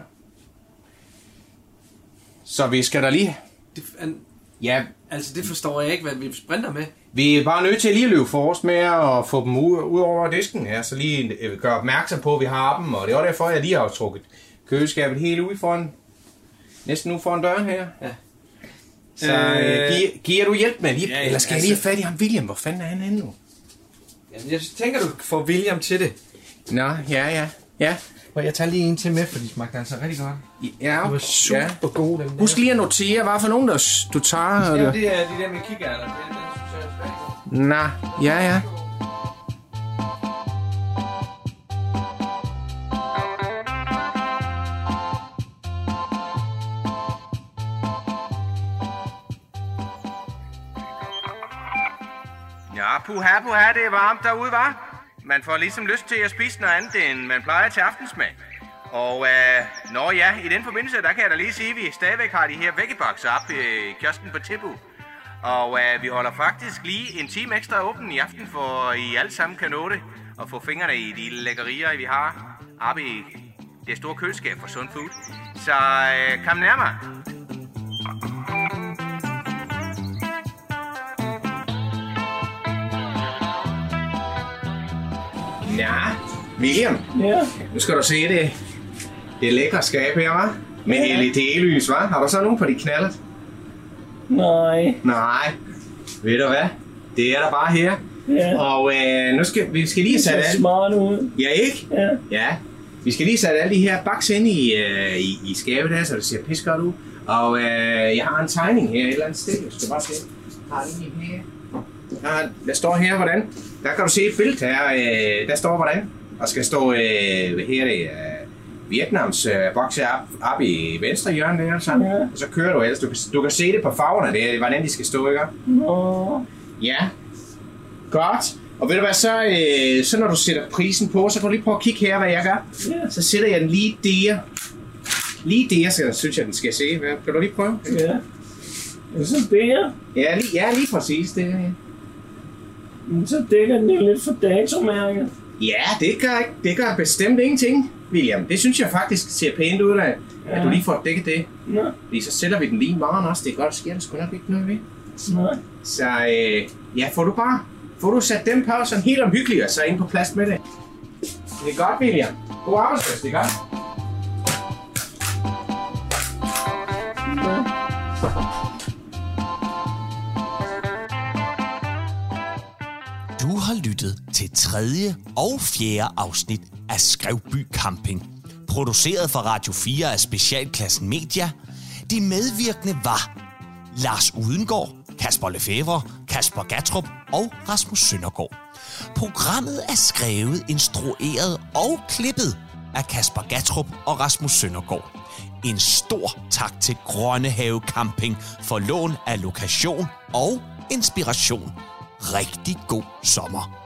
Så vi skal da lige... Det, an, ja, altså, det forstår jeg ikke, hvad vi sprinter med. vi er bare nødt til at lige at løbe for os med at få dem ud, ud over disken her, så lige øh, gøre opmærksom på, at vi har dem, og det er også derfor, jeg lige har trukket køleskabet helt ude foran, næsten ude foran døren her. Ja. Så øh, giver, giver du hjælp med lige, Ja, ja, eller skal altså- jeg lige have fat i ham, William? Hvor fanden er han henne nu? Jamen, jeg tænker, du får William til det. Nå, ja, ja, ja. Og jeg tager lige en til med, for de smagte altså rigtig godt. Ja, Det var super ja. god, den der. Husk lige at notere, hvad for nogen, der s- du tager. Ja, eller- det er de der med kikærter. Det er den, synes jeg er rigtig god. Nå, ja, ja. Ja, puha, puha, det er varmt derude, var. Man får ligesom lyst til at spise noget andet, end man plejer til aftensmad. Og øh, nå ja, i den forbindelse, der kan jeg da lige sige, at vi stadigvæk har de her vækkebokser op i kiosken på Tibu. Og øh, vi holder faktisk lige en time ekstra åben i aften, for I alle sammen kan nå det. Og få fingrene i de lækkerier, vi har oppe i det store køleskab for Sund Food. Så øh, kom nærmere. Ja, William. Ja. Nu skal du se det. Det er lækre skab her, hva'? Med Ja. L E D-lys, hva'? Har du så nogen på de knallet? Nej. Nej. Ved du hvad? Det er der bare her. Ja. Og øh, nu skal vi skal lige Det sætte ser alle... smart ud. Ja, ikke? Ja. Ja. Vi skal lige sætte alle de her baks ind i, øh, i, i skabet her, så det ser pis godt ud. Og øh, jeg har en tegning her et eller andet sted. Jeg skal bare se. Jeg har den lige her. Der, der står her, hvordan. Der kan du se et billede her. Øh, der står, hvordan. Der skal stå, øh, hvad her det, øh, Vietnams øh, boks her op, op i venstre hjørne der. Så, Ja. og så kører du ellers. Du, kan- du kan se det på farverne der, hvordan de skal stå, ikke? Nå. Ja. Godt. Og ved du hvad, så, øh, så når du sætter prisen på, så kan du lige prøve at kigge her, hvad jeg gør. Ja. Så sætter jeg den lige der. Lige der, så synes jeg, den skal se. Hvad- Kan du lige prøve? Ja. Og så dækker, Ja, lige, ja, lige præcis det her. men så dækker den jo lidt for datomærket. Ja, det gør, ikke, det gør bestemt ingenting, William. Det synes jeg faktisk ser pænt ud af, Ja. at du lige får dækket det. Nå. Fordi så sætter vi den lige i morgen også. Det er godt, der sker der sgu nok ikke noget ved. Nej. Så øh, ja, får du bare får du sat dem på sådan helt omhyggeligt og så ind på plads med det. Det er godt, William. God arbejdsplads, det er godt. Du har lyttet til tredje og fjerde afsnit af Skrevby Camping. Produceret for Radio fire af Specialklassen Media. De medvirkende var Lars Udengård, Kasper Lefevre, Kasper Gatrup og Rasmus Søndergaard. Programmet er skrevet, instrueret og klippet af Kasper Gatrup og Rasmus Søndergaard. En stor tak til Grønnehave Camping for lån af lokation og inspiration. Rigtig god sommer.